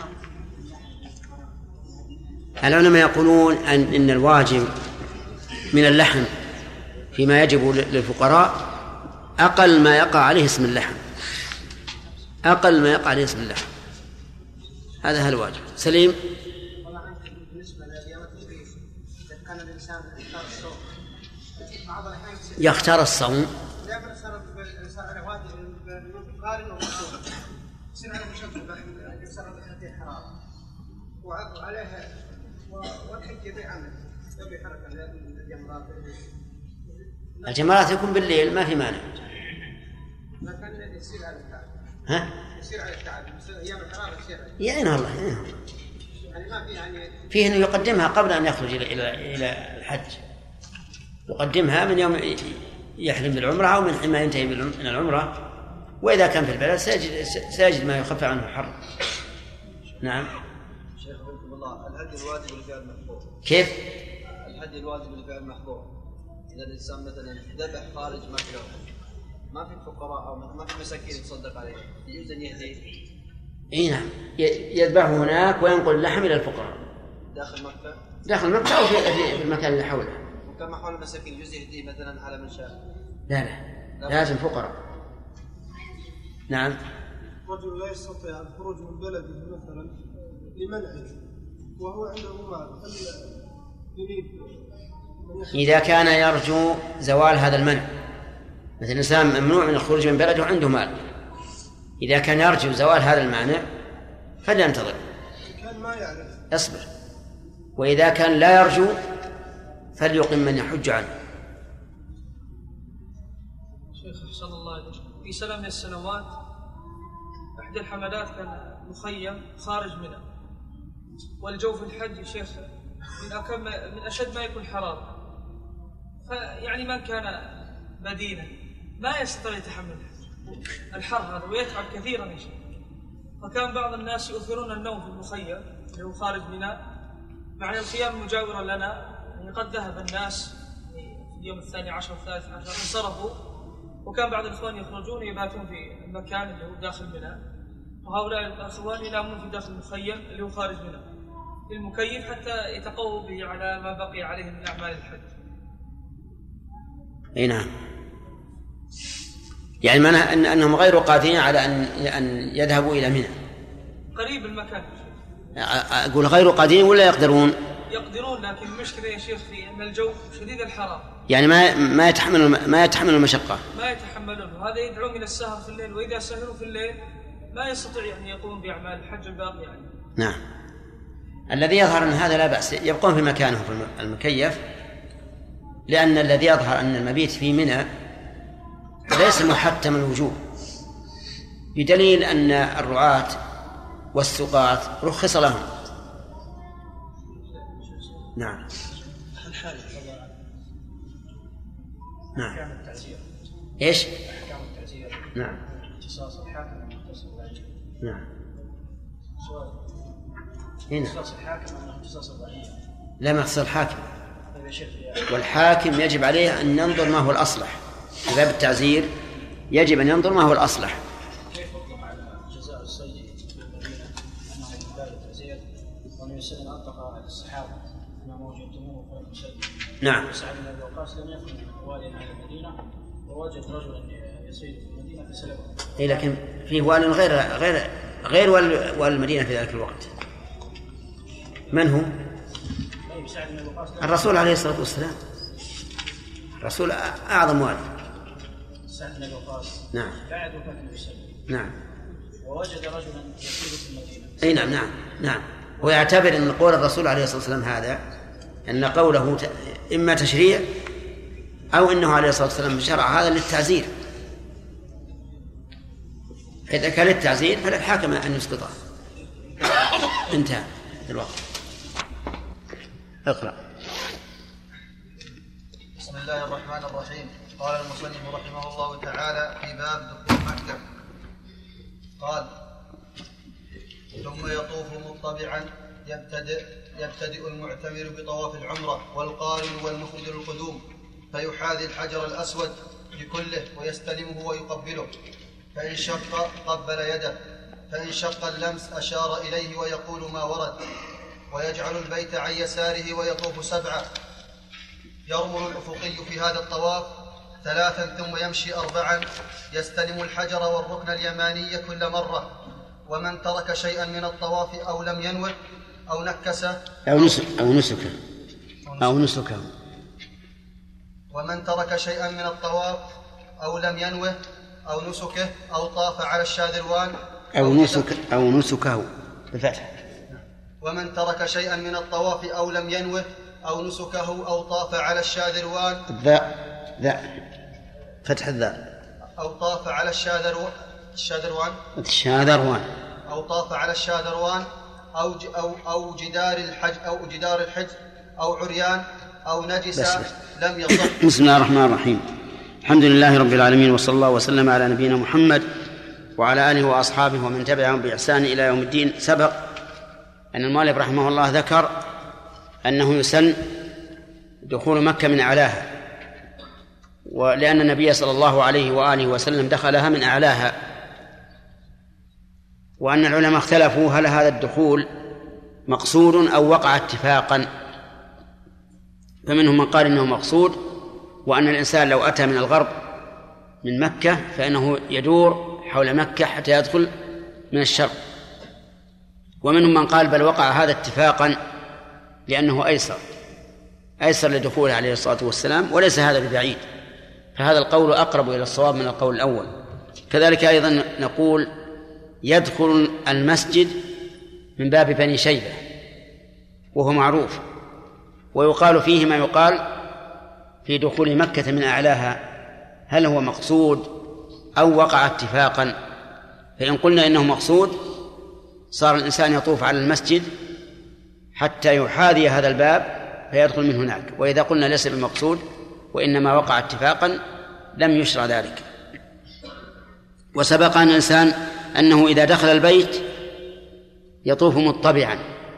العلماء يقولون أن إن الواجب من اللحم فيما يجب للفقراء أقل ما يقع عليه اسم اللحم، أقل ما يقع عليه اسم اللحم، هذا هو الواجب. سليم. بالنسبة لأيام التشريق إذا كان الإنسان يختار الصوم بعض الأحيان يختار الصوم لا بنصر الإنسان على وادي قارن ومقصود يصير على مشبه يصير بحديث حرام وعليها والحج يبيع عنه يبيع حركة الجمرات. الجمرات يكون بالليل ما في مانع. لكن يصير على التعب. ها؟ يصير على التعب أيام الحرارة يصير. يعينها الله يعينها. يعني ما في يعني. فيه إنه يقدمها قبل أن يخرج إلى إلى إلى الحج. يقدمها من يوم يحرم بالعمرة أو من حين ما ينتهي من العمرة، وإذا كان في البلد سيجد سيجد ما يخفف عنه الحر. نعم. شيخ رحمكم الله، الهدي الواجب للفعل محظور. كيف؟ الهدي الواجب للفعل محظور. إذا الإنسان مثلا ذبح خارج مكة ما في فقراء أو ما في مساكين يتصدق عليه يجوز أن يهدي. إيه نعم يذبحه هناك وينقل اللحم إلى الفقراء. داخل مكة؟ داخل مكة أو في المكان اللي حوله. وكما حول المساكين يجوز يهدي مثلا على من شاء. لا لا لازم فقراء. نعم. رجل لا يستطيع الخروج من بلده مثلا لمنعه وهو عنده مال هل يريد إذا كان يرجو زوال هذا المنع، مثل الإنسان ممنوع من الخروج من بلده وعنده مال، إذا كان يرجو زوال هذا المانع فلينتظر، كان ما يعرف اصبر. وإذا كان لا يرجو فليقم من يحج عنه. شيخ أحسن الله عليك، في سنة من السنوات إحدى الحملات كان مخيم خارج منى، والجو في الحج يا شيخ من أكم من أشد ما يكون حرارة، فيعني من كان مدينة ما يستطيع يتحمل الحر هذا ويتعب كثيرا يا شيخ. فكان بعض الناس يؤثرون النوم في المخيم اللي هو خارج منى، مع الخيام المجاورة لنا يعني قد ذهب الناس في اليوم الثاني عشر والثالث عشر انصرفوا، وكان بعض الإخوان يخرجون يباتون في المكان اللي هو داخل منى، وهؤلاء الإخوان ينامون في داخل المخيم اللي هو خارج منى المكيف حتى يتقووا به على ما بقي عليه من أعمال الحج. اي نعم، يعني معنى أن أنهم غير قادرين على أن أن يذهبوا إلى منى. قريب المكان. أقول غير قادرين ولا يقدرون؟ يقدرون، لكن المشكلة يا شيخ في أن الجو شديد الحرارة. يعني ما ما يتحمل ما يتحمل المشقة. ما يتحملون، وهذا يدعو إلى السهر في الليل، وإذا سهروا في الليل ما يستطيع أن يقوم بأعمال الحج الباقية يعني. نعم. الذي يظهر أن هذا لا بأس، يبقون في مكانه في المكيف، لأن الذي يظهر أن المبيت في منى ليس محتم الوجوب، بدليل أن الرعاة والسقاة رخص لهم. نعم. نعم. إيش؟ نعم. اختصاص الحاكم ومختص الرعية. نعم. سؤال. هنا. اختصاص الحاكم ولا اختصاص الرعية؟ لا، مختص الحاكم. والحاكم يجب عليه أن ينظر ما هو الأصلح في باب التعزير، يجب أن ينظر ما هو الأصلح. كيف يطلق على جزاء الصيد في المدينة أنه من باب التعزير، ومن السنة أطلق على الصحابة ما وجدتموه فلم شيء؟ نعم. سعد بن أبي وقاص لم يكن واليا على المدينة ووجد رجلا يصيد في المدينة فسلبه. إيه، لكن فيه وال غير غير غير والمدينة في ذلك الوقت. من هو؟ الرسول عليه الصلاة والسلام. الرسول أعظم والي. سعد بن وقاص. نعم. بعد وفاة النبي صلى الله عليه وسلم. نعم. ووجد رجلا يصيد في المدينة. أي نعم نعم نعم. ويعتبر أن قول الرسول عليه الصلاة والسلام هذا أن قوله إما تشريع أو أنه عليه الصلاة والسلام شرع هذا للتعزير. إذا كان للتعزير فللحاكم أن يسقطه. انتهى الوقت. اقرأ. بسم الله الرحمن الرحيم. قال المصنف رحمه الله تعالى في باب دخول مكة، قال: ثم يطوف مطبعا يبتدئ يبتدئ المعتمر بطواف العمرة والقارن والمفرد القدوم، فيحاذي الحجر الأسود بكله ويستلمه ويقبله، فإن شق قبل يده، فإن شق اللمس أشار إليه ويقول ما ورد، ويجعل البيت عن يساره ويطوف سبعة. يرمل الأفقي في هذا الطواف ثلاثا ثم يمشي أربعا، يستلم الحجر والركن اليماني كل مرة. ومن ترك شيئا من الطواف أو لم ينوه أو نكسه أو نسك أو نسكه أو نسكه ومن ترك شيئا من الطواف أو لم ينوه أو نسكه أو طاف على الشاذروان أو نسك أو نسكه بالفتح. ومن ترك شيئا من الطواف أو لم ينوه أو نسكه أو طاف على الشاذروان ذا ذا فتح الذال أو طاف على الشاذروان الشاذروان الشاذروان أو طاف على الشاذروان أو أو أو جدار الحج أو جدار الحج أو عريان أو نجس لم يصح. بسم الله الرحمن الرحيم. الحمد لله رب العالمين، وصلى الله وسلم على نبينا محمد وعلى آله وأصحابه ومن تبعهم بإحسان إلى يوم الدين. سبق أن المؤلف رحمه الله ذكر أنه يسن دخول مكة من أعلاها، ولأن النبي صلى الله عليه وآله وسلم دخلها من أعلاها، وأن العلماء اختلفوا هل هذا الدخول مقصود أو وقع اتفاقا، فمنهم من قال إنه مقصود، وأن الإنسان لو أتى من الغرب من مكة فإنه يدور حول مكة حتى يدخل من الشرق، ومنهم من قال بل وقع هذا اتفاقا لأنه أيسر أيسر لدخوله عليه الصلاة والسلام، وليس هذا ببعيد، فهذا القول أقرب إلى الصواب من القول الأول. كذلك أيضا نقول يدخل المسجد من باب بني شيبة وهو معروف، ويقال فيه ما يقال في دخول مكة من أعلاها، هل هو مقصود أو وقع اتفاقا؟ فإن قلنا إنه مقصود صار الإنسان يطوف على المسجد حتى يحاذي هذا الباب فيدخل من هناك، وإذا قلنا ليس بالمقصود وإنما وقع اتفاقا لم يشرع ذلك. وسبق أن الإنسان أنه إذا دخل البيت يطوف مطبعا،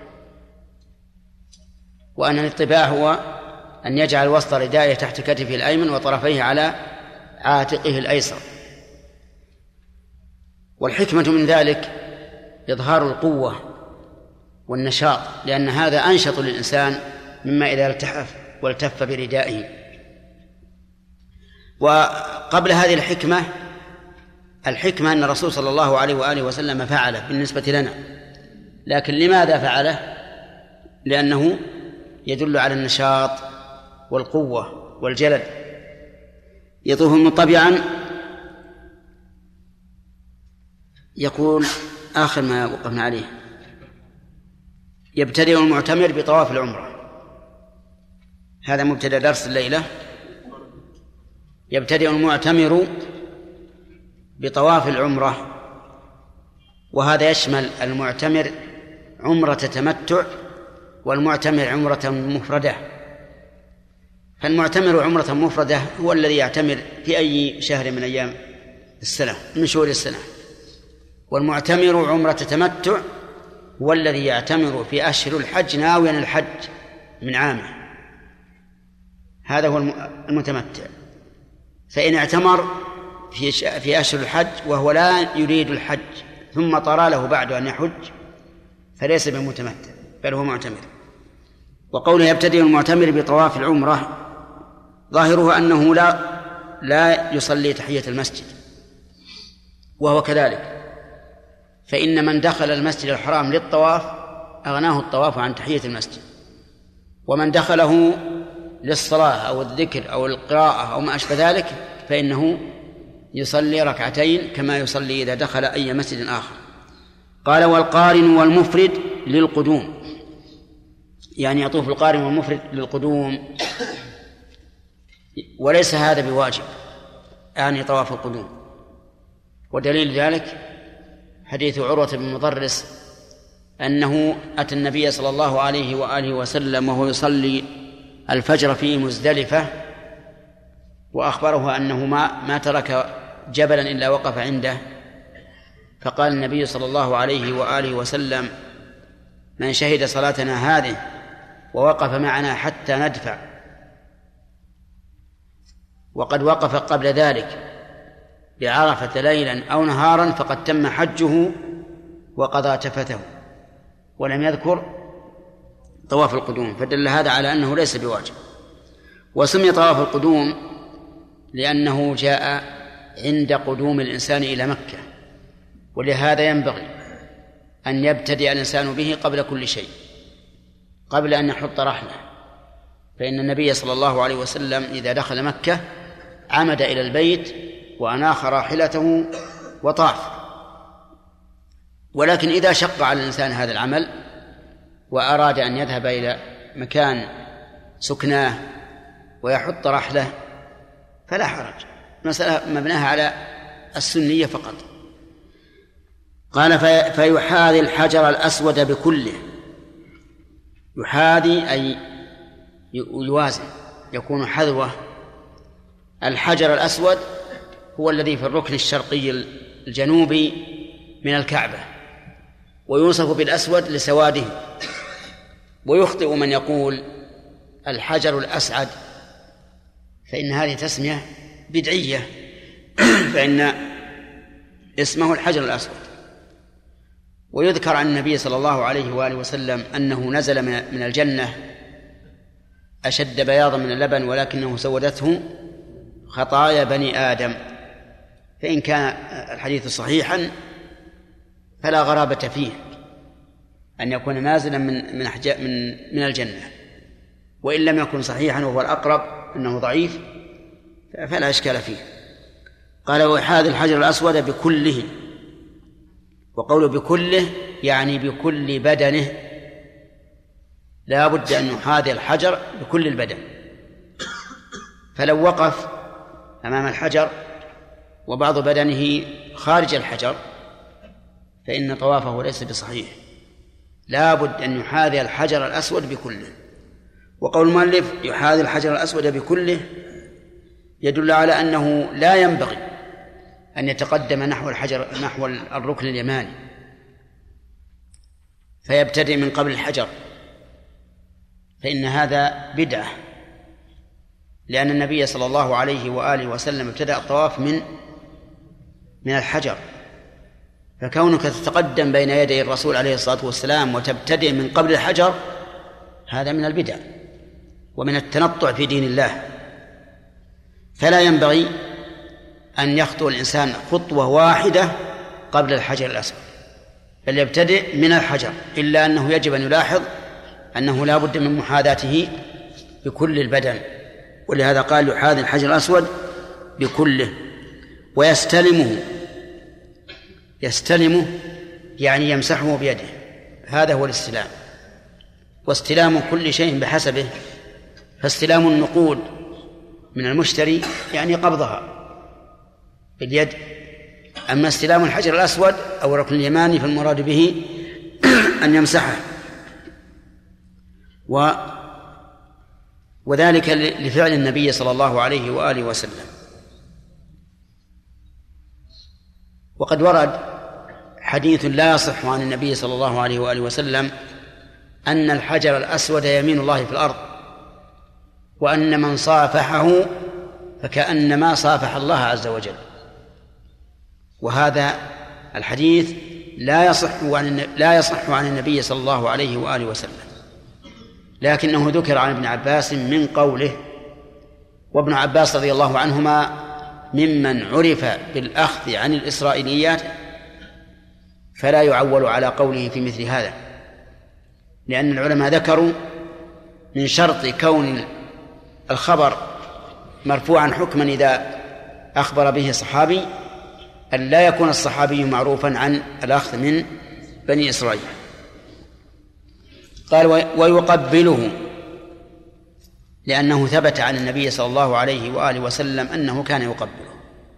وأن الاطباع هو أن يجعل وسط ردائه تحت كتفه الأيمن وطرفيه على عاتقه الأيسر. والحكمة من ذلك إظهار القوة والنشاط، لأن هذا أنشط للإنسان مما إذا التحف والتف بردائه. وقبل هذه الحكمة الحكمة أن الرسول صلى الله عليه وآله وسلم فعله بالنسبة لنا، لكن لماذا فعله؟ لأنه يدل على النشاط والقوة والجلد. يطوف مطبعا، يقول آخر ما وقفنا عليه يبتدئ المعتمر بطواف العمرة. هذا مبتدأ درس الليلة. يبتدئ المعتمر بطواف العمرة، وهذا يشمل المعتمر عمرة تمتع والمعتمر عمرة مفردة. فالمعتمر عمرة مفردة هو الذي يعتمر في أي شهر من أيام السنة من شهور السنة، والمعتمر عمرة تمتع هو الذي يعتمر في أشهر الحج ناويا الحج من عامه، هذا هو المتمتع. فإن اعتمر في في أشهر الحج وهو لا يريد الحج ثم طرى له بعد أن يحج فليس بمتمتع بل هو معتمر. وقوله يبتدئ المعتمر بطواف العمرة ظاهره أنه لا لا يصلي تحية المسجد، وهو كذلك، فإن من دخل المسجد الحرام للطواف أغناه الطواف عن تحية المسجد، ومن دخله للصلاة أو الذكر أو القراءة أو ما أشبه ذلك فإنه يصلي ركعتين كما يصلي إذا دخل أي مسجد آخر. قال والقارن والمفرد للقدوم، يعني يطوف القارن والمفرد للقدوم، وليس هذا بواجب يعني طواف القدوم. ودليل ذلك حديث عروة بن مضرس أنه أتى النبي صلى الله عليه وآله وسلم وهو يصلي الفجر في مزدلفة، وأخبره أنه ما, ما ترك جبلا إلا وقف عنده، فقال النبي صلى الله عليه وآله وسلم من شهد صلاتنا هذه ووقف معنا حتى ندفع وقد وقف قبل ذلك بعرفة ليلا أو نهارا فقد تم حجه وقضى تفته، ولم يذكر طواف القدوم، فدل هذا على أنه ليس بواجب. وسمي طواف القدوم لأنه جاء عند قدوم الإنسان إلى مكة، ولهذا ينبغي أن يبتدئ الإنسان به قبل كل شيء، قبل أن يحط رحله، فإن النبي صلى الله عليه وسلم إذا دخل مكة عمد إلى البيت وأناخ راحلته وطاف. ولكن إذا شق على الإنسان هذا العمل وأراد أن يذهب إلى مكان سكناه ويحط رحله فلا حرج، مسألة مبناها على السنية فقط. قال فيحاذي الحجر الأسود بكله، يحاذي أي يوازن، يكون حذوه. الحجر الأسود هو الذي في الركن الشرقي الجنوبي من الكعبة، ويوصف بالأسود لسواده. ويخطئ من يقول الحجر الأسعد، فإن هذه تسمية بدعية، فإن اسمه الحجر الأسود. ويذكر عن النبي صلى الله عليه وآله وسلم أنه نزل من الجنة أشد بياضا من اللبن ولكنه سودته خطايا بني آدم، فإن كان الحديث صحيحا فلا غرابة فيه، أن يكون نازلا من من من من الجنة، وإن لم يكن صحيحا وهو الأقرب أنه ضعيف فلا إشكال فيه. قال ويحاذي الحجر الأسود بكله، وقوله بكله يعني بكل بدنه، لا بد أن يحاذي الحجر بكل البدن. فلو وقف أمام الحجر وبعض بدنه خارج الحجر فإن طوافه ليس بصحيح، لا بد أن يحاذي الحجر الأسود بكله. وقول المؤلف يحاذي الحجر الأسود بكله يدل على أنه لا ينبغي أن يتقدم نحو الحجر نحو الركن اليماني فيبتدئ من قبل الحجر، فإن هذا بدعة، لأن النبي صلى الله عليه وآله وسلم ابتدأ الطواف من من الحجر، فكونك تتقدم بين يدي الرسول عليه الصلاة والسلام وتبتدئ من قبل الحجر هذا من البدع ومن التنطع في دين الله. فلا ينبغي أن يخطو الإنسان خطوة واحدة قبل الحجر الأسود، بل يبتدئ من الحجر، إلا أنه يجب أن يلاحظ أنه لا بد من محاذاته بكل البدن، ولهذا قال يحاذي الحجر الأسود بكله ويستلمه. يستلمه يعني يمسحه بيده، هذا هو الاستلام. واستلام كل شيء بحسبه، فاستلام النقود من المشتري يعني قبضها باليد، أما استلام الحجر الأسود أو الركن اليماني فالمراد به أن يمسحه، و وذلك لفعل النبي صلى الله عليه وآله وسلم. وقد ورد حديث لا يصح عن النبي صلى الله عليه وآله وسلم أن الحجر الأسود يمين الله في الأرض، وأن من صافحه فكأنما صافح الله عز وجل، وهذا الحديث لا يصح عن لا يصح عن النبي صلى الله عليه وآله وسلم، لكنه ذكر عن ابن عباس من قوله، وابن عباس رضي الله عنهما ممن عرف بالأخذ عن الإسرائيليات، فلا يعول على قوله في مثل هذا، لأن العلماء ذكروا من شرط كون الخبر مرفوعا حكما إذا أخبر به صحابي أن لا يكون الصحابي معروفا عن الأخذ من بني إسرائيل. قال ويقبله، لأنه ثبت عن النبي صلى الله عليه وآله وسلم أنه كان يقبله،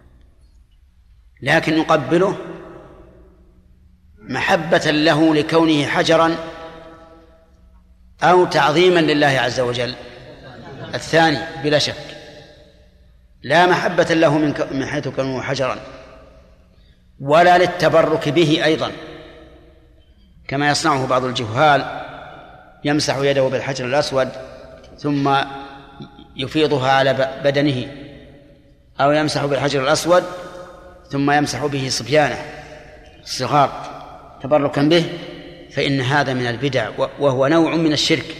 لكن يقبله محبة له لكونه حجرا أو تعظيما لله عز وجل؟ الثاني بلا شك، لا محبة له من حيث كونه حجرا، ولا للتبرك به أيضا كما يصنعه بعض الجهال، يمسح يده بالحجر الأسود ثم يفيضها على بدنه، أو يمسح بالحجر الأسود ثم يمسح به صبيانه الصغار تبركا به، فإن هذا من البدع وهو نوع من الشرك.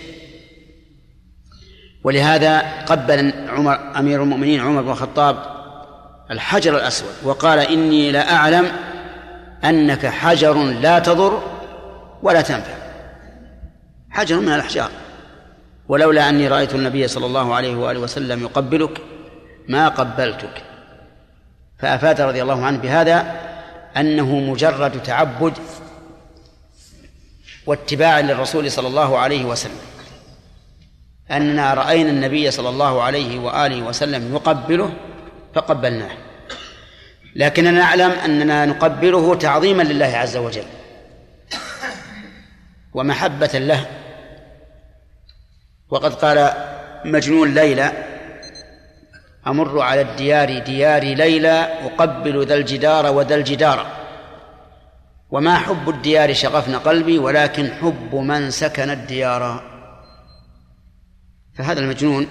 ولهذا قبل عمر أمير المؤمنين عمر بن الخطاب الحجر الأسود وقال إني لا أعلم أنك حجر لا تضر ولا تنفع، حجر من الأحجار، ولولا أني رأيت النبي صلى الله عليه وآله وسلم يقبلك ما قبلتك. فأفاد رضي الله عنه بهذا أنه مجرد تعبد واتباع للرسول صلى الله عليه وسلم، أننا رأينا النبي صلى الله عليه وآله وسلم يقبله فقبلناه، لكننا نعلم أننا نقبله تعظيما لله عز وجل ومحبة له. وقد قال مجنون ليلى أمر على الديار ديار ليلى أقبل ذا الجدار وذا الجدار، وما حب الديار شغفن قلبي ولكن حب من سكن الديار. فهذا المجنون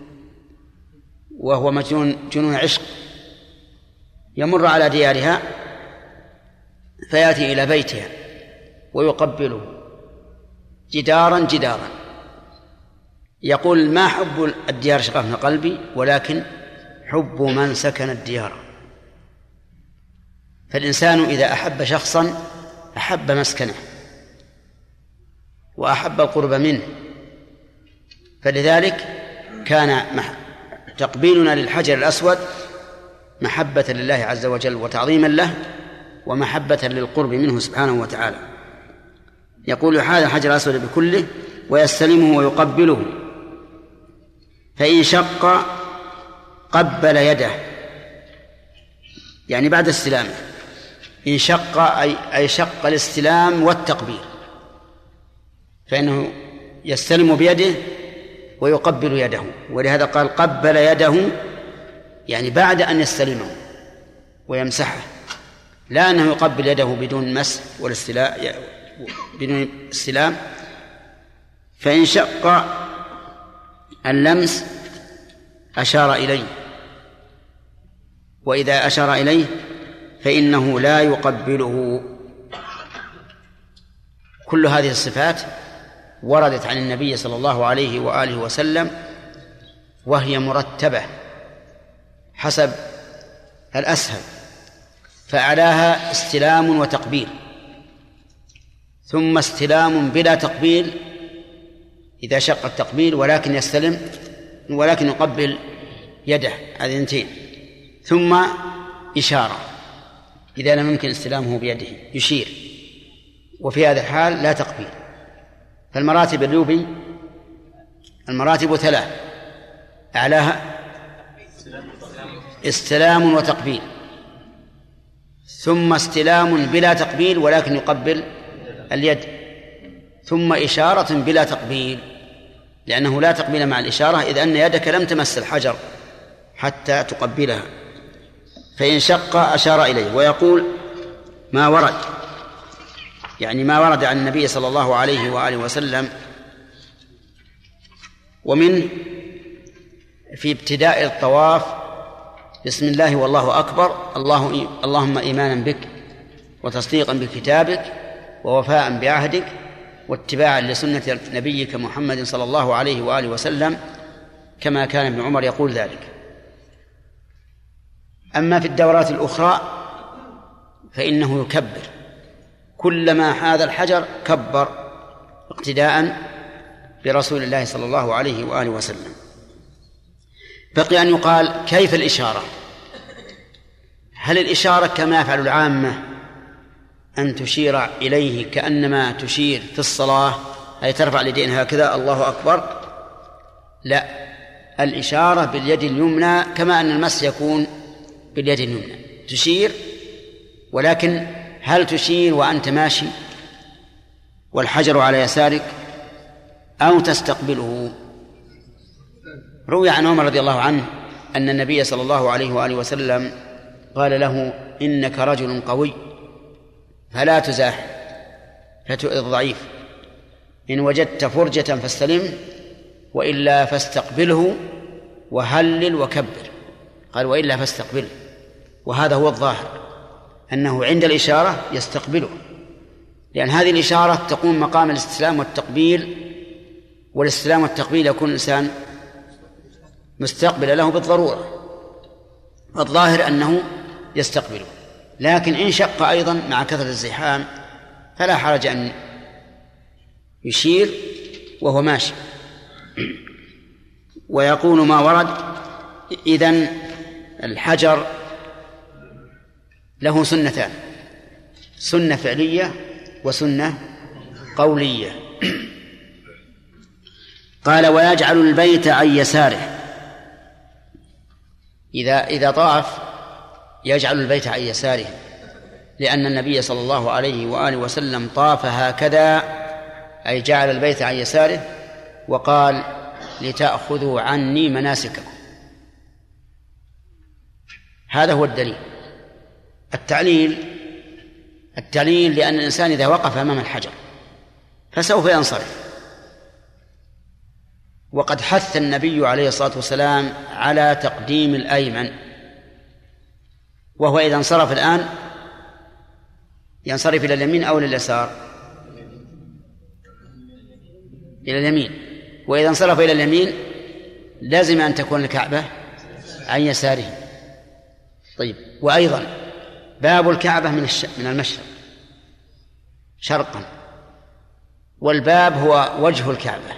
وهو مجنون جنون عشق يمر على ديارها فيأتي إلى بيتها ويقبله جدارا جدارا، يقول ما حب الديار شغفن قلبي ولكن حب من سكن الديار. فالإنسان إذا أحب شخصا أحب مسكنه وأحب القرب منه، فلذلك كان تقبيلنا للحجر الأسود محبة لله عز وجل وتعظيما له ومحبة للقرب منه سبحانه وتعالى. يقول يحاذ الحجر الأسود بكله ويستلمه ويقبله، فإن شق قبل يده، يعني بعد استلامه. إن شق أي, أي شق الاستلام والتقبيل، فإنه يستلم بيده ويقبل يده، ولهذا قال قبل يده، يعني بعد أن يستلمه ويمسحه، لا أنه يقبل يده بدون مسح والاستلاء بدون استلام. فإن شق اللمس أشار إليه، وإذا أشار إليه فإنه لا يقبله. كل هذه الصفات وردت عن النبي صلى الله عليه وآله وسلم، وهي مرتبة حسب الأسهل، فأعلاها استلام وتقبيل، ثم استلام بلا تقبيل إذا شق التقبيل ولكن يستلم ولكن يقبل يده، هذه اثنتين، ثم إشارة إذا لم يمكن استلامه بيده يشير، وفي هذا الحال لا تقبيل. فالمراتب اللوبي المراتب ثلاث، أعلاها استلام وتقبيل، ثم استلام بلا تقبيل ولكن يقبل اليد، ثم إشارة بلا تقبيل، لأنه لا تقبيل مع الإشارة إذ أن يدك لم تمس الحجر حتى تقبلها. فإن شق أشار إليه. ويقول ما ورد، يعني ما ورد عن النبي صلى الله عليه وآله وسلم، ومن في ابتداء الطواف بسم الله والله أكبر، الله اللهم إيمانا بك وتصديقا بكتابك ووفاء بعهدك واتباعا لسنة نبيك محمد صلى الله عليه وآله وسلم، كما كان ابن عمر يقول ذلك. أما في الدورات الأخرى فإنه يكبر، كلما حاذ الحجر كبر اقتداء برسول الله صلى الله عليه وآله وسلم. بقي أن يقال كيف الإشارة؟ هل الإشارة كما يفعل العامة أن تشير إليه كأنما تشير في الصلاة، أي ترفع اليدين هكذا الله أكبر؟ لا، الإشارة باليد اليمنى كما أن المس يكون باليد اليمنى، تشير، ولكن هل تشير وأنت ماشي والحجر على يسارك أو تستقبله؟ روي عن عمر رضي الله عنه أن النبي صلى الله عليه وآله وسلم قال له إنك رجل قوي فلا تزاح فتؤذي الضعيف، إن وجدت فرجة فاستلم وإلا فاستقبله وهلل وكبر. قال وإلا فاستقبله، وهذا هو الظاهر أنه عند الإشارة يستقبله، لأن هذه الإشارة تقوم مقام الاستسلام والتقبيل، والاستسلام والتقبيل يكون الإنسان مستقبل له بالضرورة، الظاهر أنه يستقبله. لكن إن شق أيضا مع كثرة الزحام فلا حرج أن يشير وهو ماشي. ويقول ما ورد إذن الحجر له سنتان، سنة فعلية وسنة قولية. قال ويجعل البيت عن يساره، إذا إذا طاف يجعل البيت عن يساره، لأن النبي صلى الله عليه وآله وسلم طاف هكذا، أي جعل البيت عن يساره، وقال لتأخذوا عني مناسككم. هذا هو الدليل. التعليل التعليل لأن الإنسان إذا وقف أمام الحجر فسوف ينصرف، وقد حث النبي عليه الصلاة والسلام على تقديم الأيمن، وهو إذا انصرف الآن ينصرف إلى اليمين أو لليسار؟ إلى اليمين. وإذا انصرف إلى اليمين لازم أن تكون الكعبة عن يساره. طيب، وأيضا باب الكعبة من من المشرق شرقا، والباب هو وجه الكعبة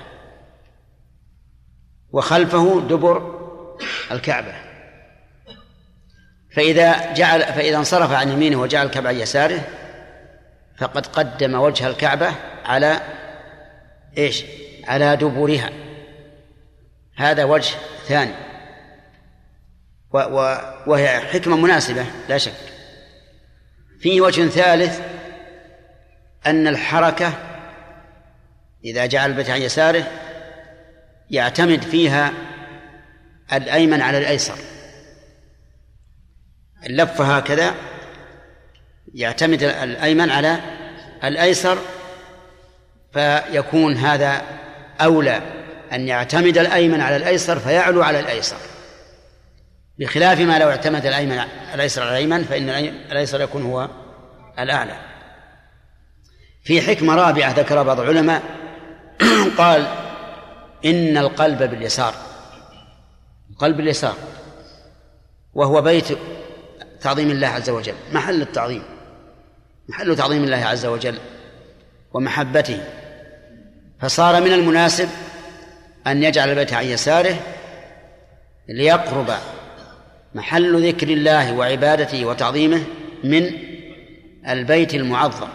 وخلفه دبر الكعبة، فإذا جعل فإذا انصرف عن يمينه وجعل الكعبة عن يساره فقد قدم وجه الكعبة على إيش؟ على دبرها. هذا وجه ثاني، وهي حكمة مناسبة لا شك. في وجه ثالث أن الحركة إذا جعل البيت عن يساره يعتمد فيها الأيمن على الأيسر، اللفة هكذا يعتمد الأيمن على الأيسر، فيكون هذا أولى أن يعتمد الأيمن على الأيسر فيعلو على الأيسر، بخلاف ما لو اعتمد الأيمن الأيسر على الأيمن فإن الأيسر يكون هو الأعلى. في حكمة رابعة ذكر بعض العلماء قال إن القلب باليسار، القلب باليسار وهو بيت تعظيم الله عز وجل، محل التعظيم، محل تعظيم الله عز وجل ومحبته، فصار من المناسب أن يجعل البيت عن يساره ليقرب محل ذكر الله وعبادته وتعظيمه من البيت المعظم،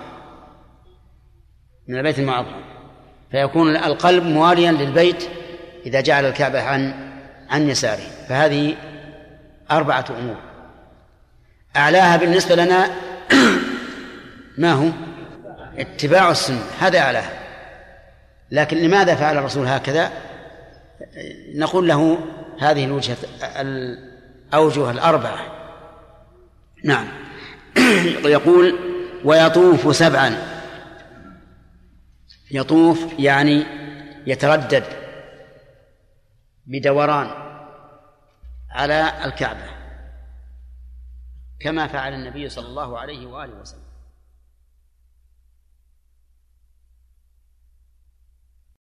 من البيت المعظم، فيكون القلب مواليا للبيت إذا جعل الكعبة عن عن يساره. فهذه أربعة أمور، أعلاها بالنسبة لنا ما هو؟ اتباع السنة، هذا أعلاها. لكن لماذا فعل الرسول هكذا؟ نقول له هذه الوجهة الأوجه الأربعة. نعم. يقول ويطوف سبعا، يطوف يعني يتردد بدوران على الكعبة كما فعل النبي صلى الله عليه وآله وسلم.